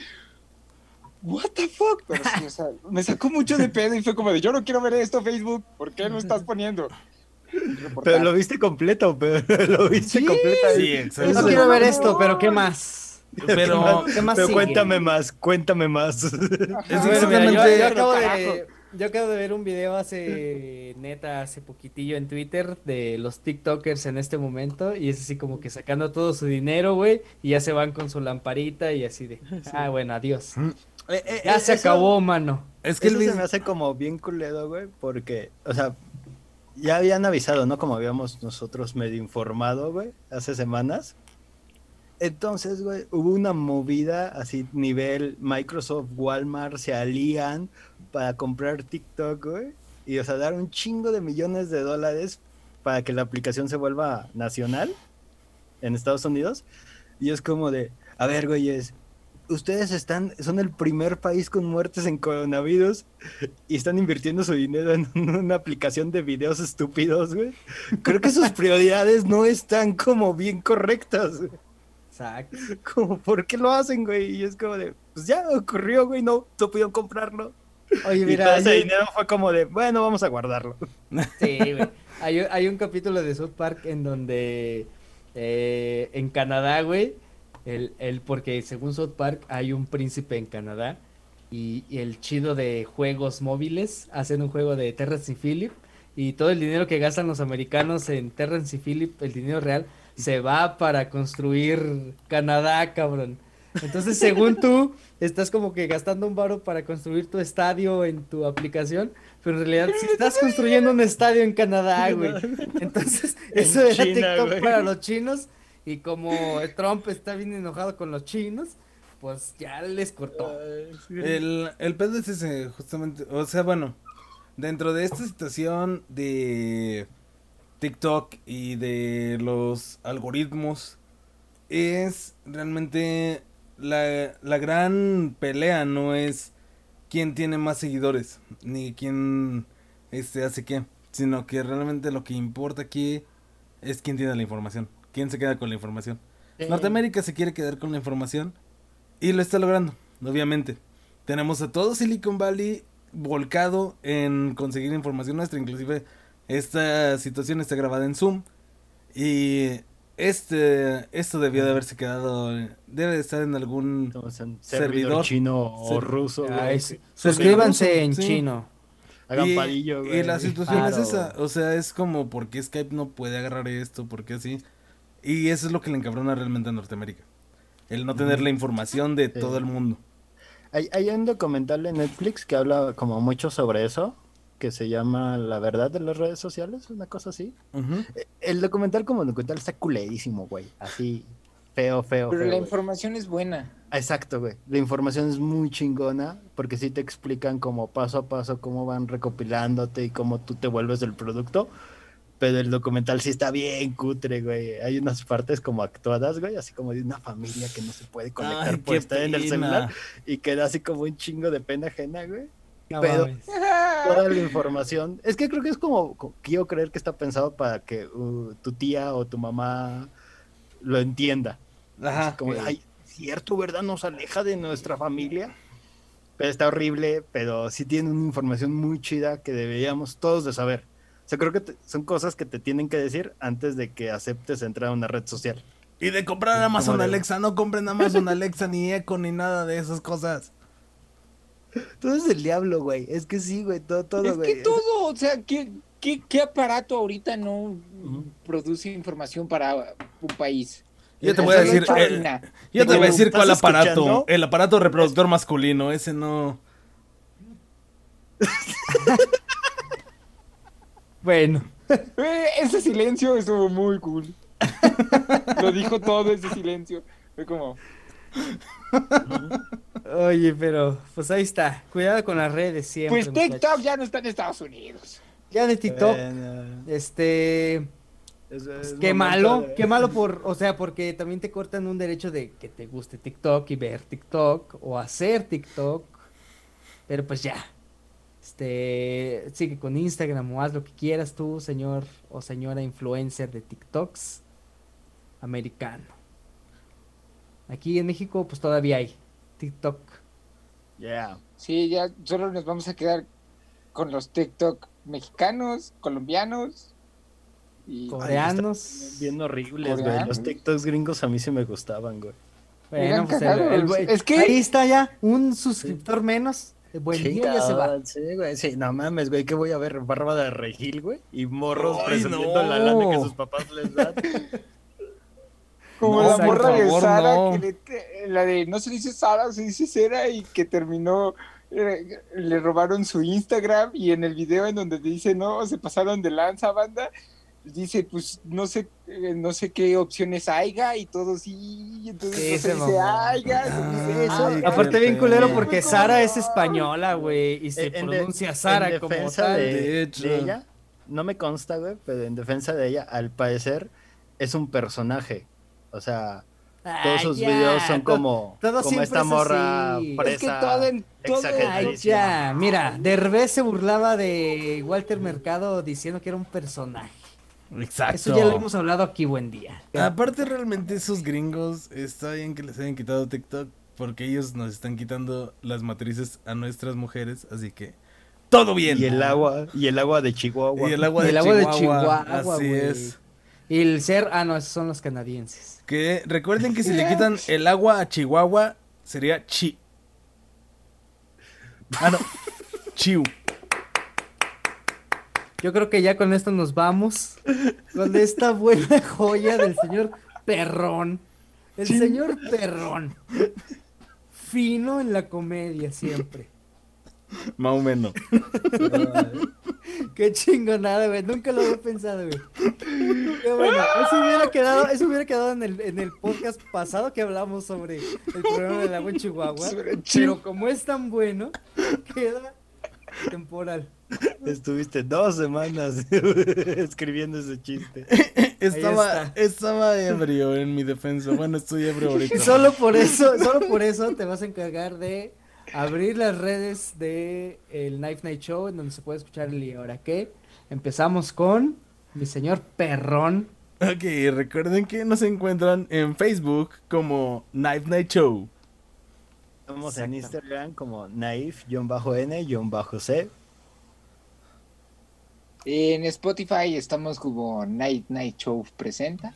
what the fuck, pero sí, o sea, me sacó mucho de pedo y fue como de, yo no quiero ver esto, Facebook, ¿por qué lo estás poniendo? Pero lo viste completo, pero lo viste Sí. completo. Sí, No exacto. quiero ver esto, pero ¿qué más? Pero ¿Qué más Pero sigue? cuéntame más. es Bueno, mira, exactamente. yo acabo de ver un video hace poquitillo en Twitter de los TikTokers en este momento y es así como que sacando todo su dinero, güey, y ya se van con su lamparita y así de, bueno, adiós. Ya se acabó, mano. Es que Eso el se vis- me hace como bien culero, güey, porque, o sea, ya habían avisado, ¿no? Como habíamos nosotros medio informado, güey, hace semanas. Entonces, güey, hubo una movida así, nivel Microsoft, Walmart, se alían para comprar TikTok, güey, y, o sea, dar un chingo de millones de dólares para que la aplicación se vuelva nacional en Estados Unidos. Y es como de, a ver, güeyes, ustedes son el primer país con muertes en coronavirus y están invirtiendo su dinero en una aplicación de videos estúpidos, güey. Creo que sus prioridades no están como bien correctas, güey. Exacto. Como, ¿por qué lo hacen, güey? Y es como de, pues ya ocurrió, güey, no pudieron comprarlo. Oye, Y todo mira, ese dinero fue como de, bueno, vamos a guardarlo. sí, güey. Hay un capítulo de South Park en donde en Canadá, güey, porque según South Park hay un príncipe en Canadá y el chido de juegos móviles hacen un juego de Terrence y Phillip y todo el dinero que gastan los americanos en Terrence y Phillip, el dinero real, se va para construir Canadá, cabrón. Entonces, según tú, estás como que gastando un varo para construir tu estadio en tu aplicación, pero en realidad sí estás construyendo un estadio en Canadá, güey. Entonces, En eso era China, TikTok güey. para los chinos y como Trump está bien enojado con los chinos, pues ya les cortó. el pedo es ese, justamente. O sea, bueno, dentro de esta situación de TikTok y de los algoritmos, es realmente la gran pelea, no es quién tiene más seguidores, ni quién hace qué, sino que realmente lo que importa aquí es quién tiene la información, quién se queda con la información. Norteamérica se quiere quedar con la información y lo está logrando, obviamente. tenemos a todo Silicon Valley volcado en conseguir información nuestra, inclusive esta situación está grabada en Zoom y esto debió de haberse quedado, debe de estar en algún Estamos en servidor chino o ruso, güey. Ay, sí. Suscríbanse en Sí. chino. Hagan palillo, güey. Y la situación Claro. es esa, o sea, es como, ¿por qué Skype no puede agarrar esto? ¿Por qué así? Y eso es lo que le encabrona realmente a Norteamérica. El no tener la información de Sí. todo el mundo. Hay un documental en Netflix que habla como mucho sobre eso, que se llama La verdad de las redes sociales, una cosa así. Ujú. El documental como documental está culerísimo, güey. Así, feo, Pero la güey. información es buena. Exacto, güey. La información es muy chingona porque sí te explican como paso a paso cómo van recopilándote y cómo tú te vuelves el producto. Pero el documental sí está bien cutre, güey. Hay unas partes como actuadas, güey, así como de una familia que no se puede conectar Ay, por qué estar en el pena. celular y queda así como un chingo de pena ajena, güey. No Pero- mames. Toda la información. Es que creo que es como, quiero creer que está pensado para que tu tía o tu mamá lo entienda. Ajá. Así como, ay, cierto, ¿verdad? Nos aleja de nuestra familia. Pero está horrible, pero sí tiene una información muy chida que deberíamos todos de saber. O sea, creo que son cosas que te tienen que decir antes de que aceptes entrar a una red social. Y de comprar Amazon Como de- Alexa, no compren Amazon Alexa ni Echo ni nada de esas cosas. Todo es el diablo, güey. Es que sí, güey, todo, Es güey. que todo, o sea, ¿qué aparato ahorita no Ujú. produce información para un país? Yo te voy a Eso decir, lo he hecho China. yo te voy a decir ¿Estás cuál aparato. escuchando? El aparato reproductor masculino, ese no. Bueno, Ese silencio estuvo muy cool. Lo dijo todo ese silencio. Fue como, oye, pero pues ahí está. Cuidado con las redes siempre. pues TikTok muchachos. ya no está en Estados Unidos. Ya de TikTok, Bueno, qué momento de- qué malo o sea, porque también te cortan un derecho de que te guste TikTok y ver TikTok o hacer TikTok, pero pues ya, sigue con Instagram o haz lo que quieras tú, señor o señora influencer de TikToks americano. Aquí en México pues todavía hay TikTok. Yeah. Sí, ya solo nos vamos a quedar con los TikTok mexicanos, colombianos y Coreanos. Bien horribles, güey. Coreanos. Los TikToks gringos a mí sí me gustaban, güey. Bueno, Eran pues cagados. Es que- ahí está ya, un suscriptor menos. Buen día ya se va. Chingada, sí, güey. Sí, no mames, güey. ¿Qué voy a ver? Barba de Regil, güey. Y morros Ay, presumiendo no. la lana que sus papás les dan. como No, la por morra de favor, Sara, no. la de no se dice Sara, se dice Sara y que terminó, le robaron su Instagram y en el video en donde dice no, se pasaron de lanza, banda, dice pues no sé qué opciones haya y todo sí, entonces Sí, no se se dice mamó. haya, se dice eso. Ay, Aparte qué bien culero pena. porque Sara es española, güey, y se En pronuncia en Sara como defensa tal. De hecho. de ella, no me consta, güey, pero en defensa de ella, al parecer, es un personaje. O sea, todos Ay, sus ya, videos son como siempre esta es morra así. fresa, Es que todo Ay, exageradísima. ya, mira, Derbez se burlaba de Walter Mercado diciendo que era un personaje. Exacto. Eso ya lo hemos hablado aquí, buen día. Aparte realmente esos gringos, está bien que les hayan quitado TikTok porque ellos nos están quitando las matrices a nuestras mujeres, así que todo bien. Y el agua de Chihuahua. Y el agua Y de el agua de Chihuahua, Chihuahua, así güey. es. Y el ser, no, esos son los canadienses. Que recuerden que si le quitan el agua a Chihuahua sería no, chiu. Yo creo que ya con esto nos vamos. Con esta buena joya del señor Perrón. El señor Perrón. Fino en la comedia siempre. Más o menos. Qué chingonada, güey. Nunca lo había pensado, güey. Qué bueno. Eso hubiera quedado en el podcast pasado que hablamos sobre el problema del agua en Chihuahua. Pero como es tan bueno, queda temporal. Estuviste 2 semanas escribiendo ese chiste. Estaba ebrio en mi defensa. Bueno, estoy ebrio ahorita. Y solo por eso te vas a encargar de abrir las redes de el Knife Night Show, en donde se puede escuchar el ¿y ahora qué? Empezamos con mi señor Perrón. Ok, recuerden que nos encuentran en Facebook como Knife Night Show. Estamos en Exacto. Instagram como naif-n-c. En Spotify estamos como Night Show presenta.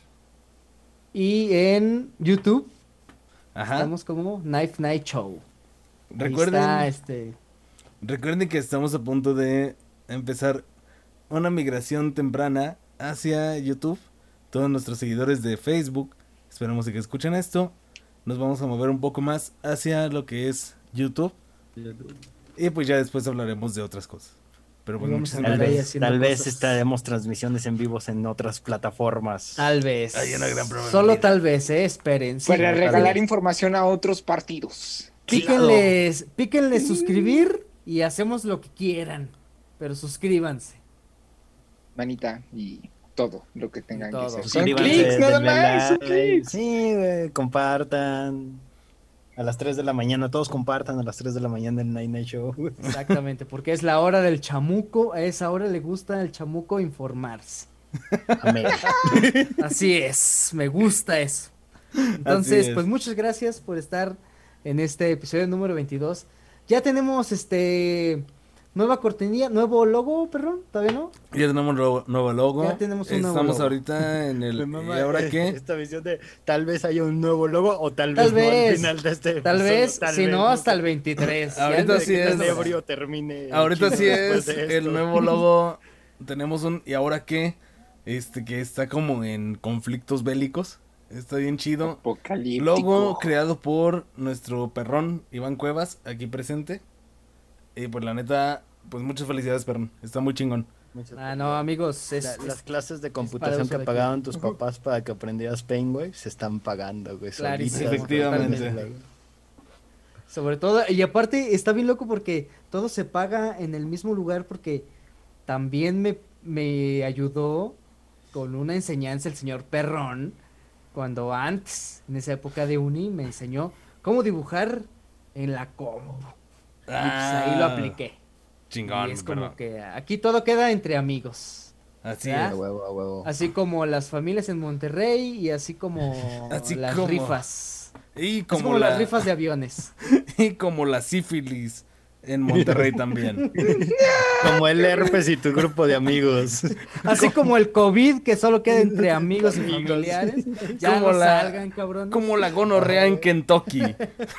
Y en YouTube Ajá. estamos como Knife Night Show. Ahí Recuerden, está, recuerden que estamos a punto de empezar una migración temprana hacia YouTube. Todos nuestros seguidores de Facebook, esperamos que escuchen esto. Nos vamos a mover un poco más hacia lo que es YouTube. Y pues ya después hablaremos de otras cosas. Pero pues Y vamos a muchísimas andar ahí gracias. haciendo Tal vez cosas. estaremos transmisiones en vivos en otras plataformas. Tal vez. Hay una gran probabilidad. Solo tal vez, esperen. Sí, Para tal regalar vez. información a otros partidos. Píquenle suscribir y hacemos lo que quieran. Pero suscríbanse. Manita y todo lo que tengan que todo. hacer. Son Suscríbanse, clics, nada denle más, son like. clics. Sí, güey, compartan. A las 3 de la mañana, todos compartan a las 3 de la mañana el Night Night Show. Exactamente, porque es la hora del chamuco. A esa hora le gusta al chamuco informarse. Amén. Así es, me gusta eso. Entonces, es. pues muchas gracias por estar en este episodio número 22. Ya tenemos nueva cortinilla, nuevo logo, perdón, ¿todavía no? Ya tenemos nuevo logo. Ya tenemos un nuevo Estamos logo. ahorita en el... Me ¿Y mama ahora qué? Esta visión de tal vez haya un nuevo logo o tal Tal vez no vez, al final de este Tal episodio, vez, tal si vez no, hasta sé. el 23. Ahorita Ya sí el es. El 23. ebrio termine. Ahorita chido sí después es de el esto. nuevo logo. Tenemos un... ¿Y ahora qué? Que está como en conflictos bélicos. Está bien chido. Apocalíptico. Logo creado por nuestro perrón Iván Cuevas, aquí presente. Y pues la neta, pues muchas felicidades, perrón. Está muy chingón. Muchas Ah, no, amigos, Las clases de para computación uso que de pagaban tus papás para que aprendieras Paint, güey, se están pagando, güey. Clarísimo, solitas, efectivamente. totalmente. sobre todo, y aparte está bien loco porque todo se paga en el mismo lugar porque también me ayudó con una enseñanza el señor Perrón, cuando antes, en esa época de uni, me enseñó cómo dibujar en la compu. Y pues ahí lo apliqué. Chingón, Y es perrón. como que aquí todo queda entre amigos. Así ¿verdad? A es. huevo, a huevo. Así como las familias en Monterrey y así como Así las como- rifas. Y Así como, como las rifas de aviones. y como la sífilis en Monterrey también. Como el herpes y tu grupo de amigos. Así como el COVID que solo queda entre amigos y familiares. Ya Como no la- salgan, cabrones. Como la gonorrea en Kentucky.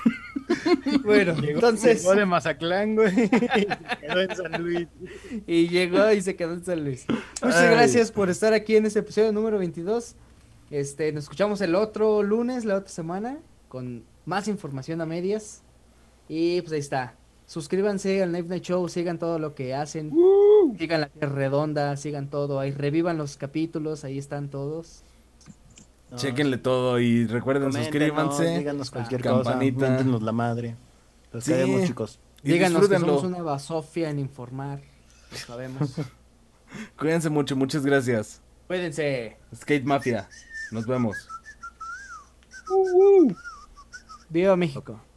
Bueno, entonces, Llegó de Mazatlán, güey. y se quedó en San Luis. y llegó y se quedó en San Luis. Muchas Ay. gracias por estar aquí en este episodio número 22. Nos escuchamos el otro lunes, la otra semana, con más información a medias. Y pues ahí está. Suscríbanse al Night Night Show, sigan todo lo que hacen. Sigan la Tierra Redonda, sigan todo. Ahí revivan los capítulos, ahí están todos. No, Chéquenle todo y recuerden, coméntenos, suscríbanse. díganos cualquier campanita. cosa. Miéntenos la madre. Los Sí. queremos, chicos. Y Díganos que disfrútenlo. somos una basofia en informar. Lo sabemos. Cuídense mucho, muchas gracias. Cuídense. Skate Mafia. Nos vemos. Viva México.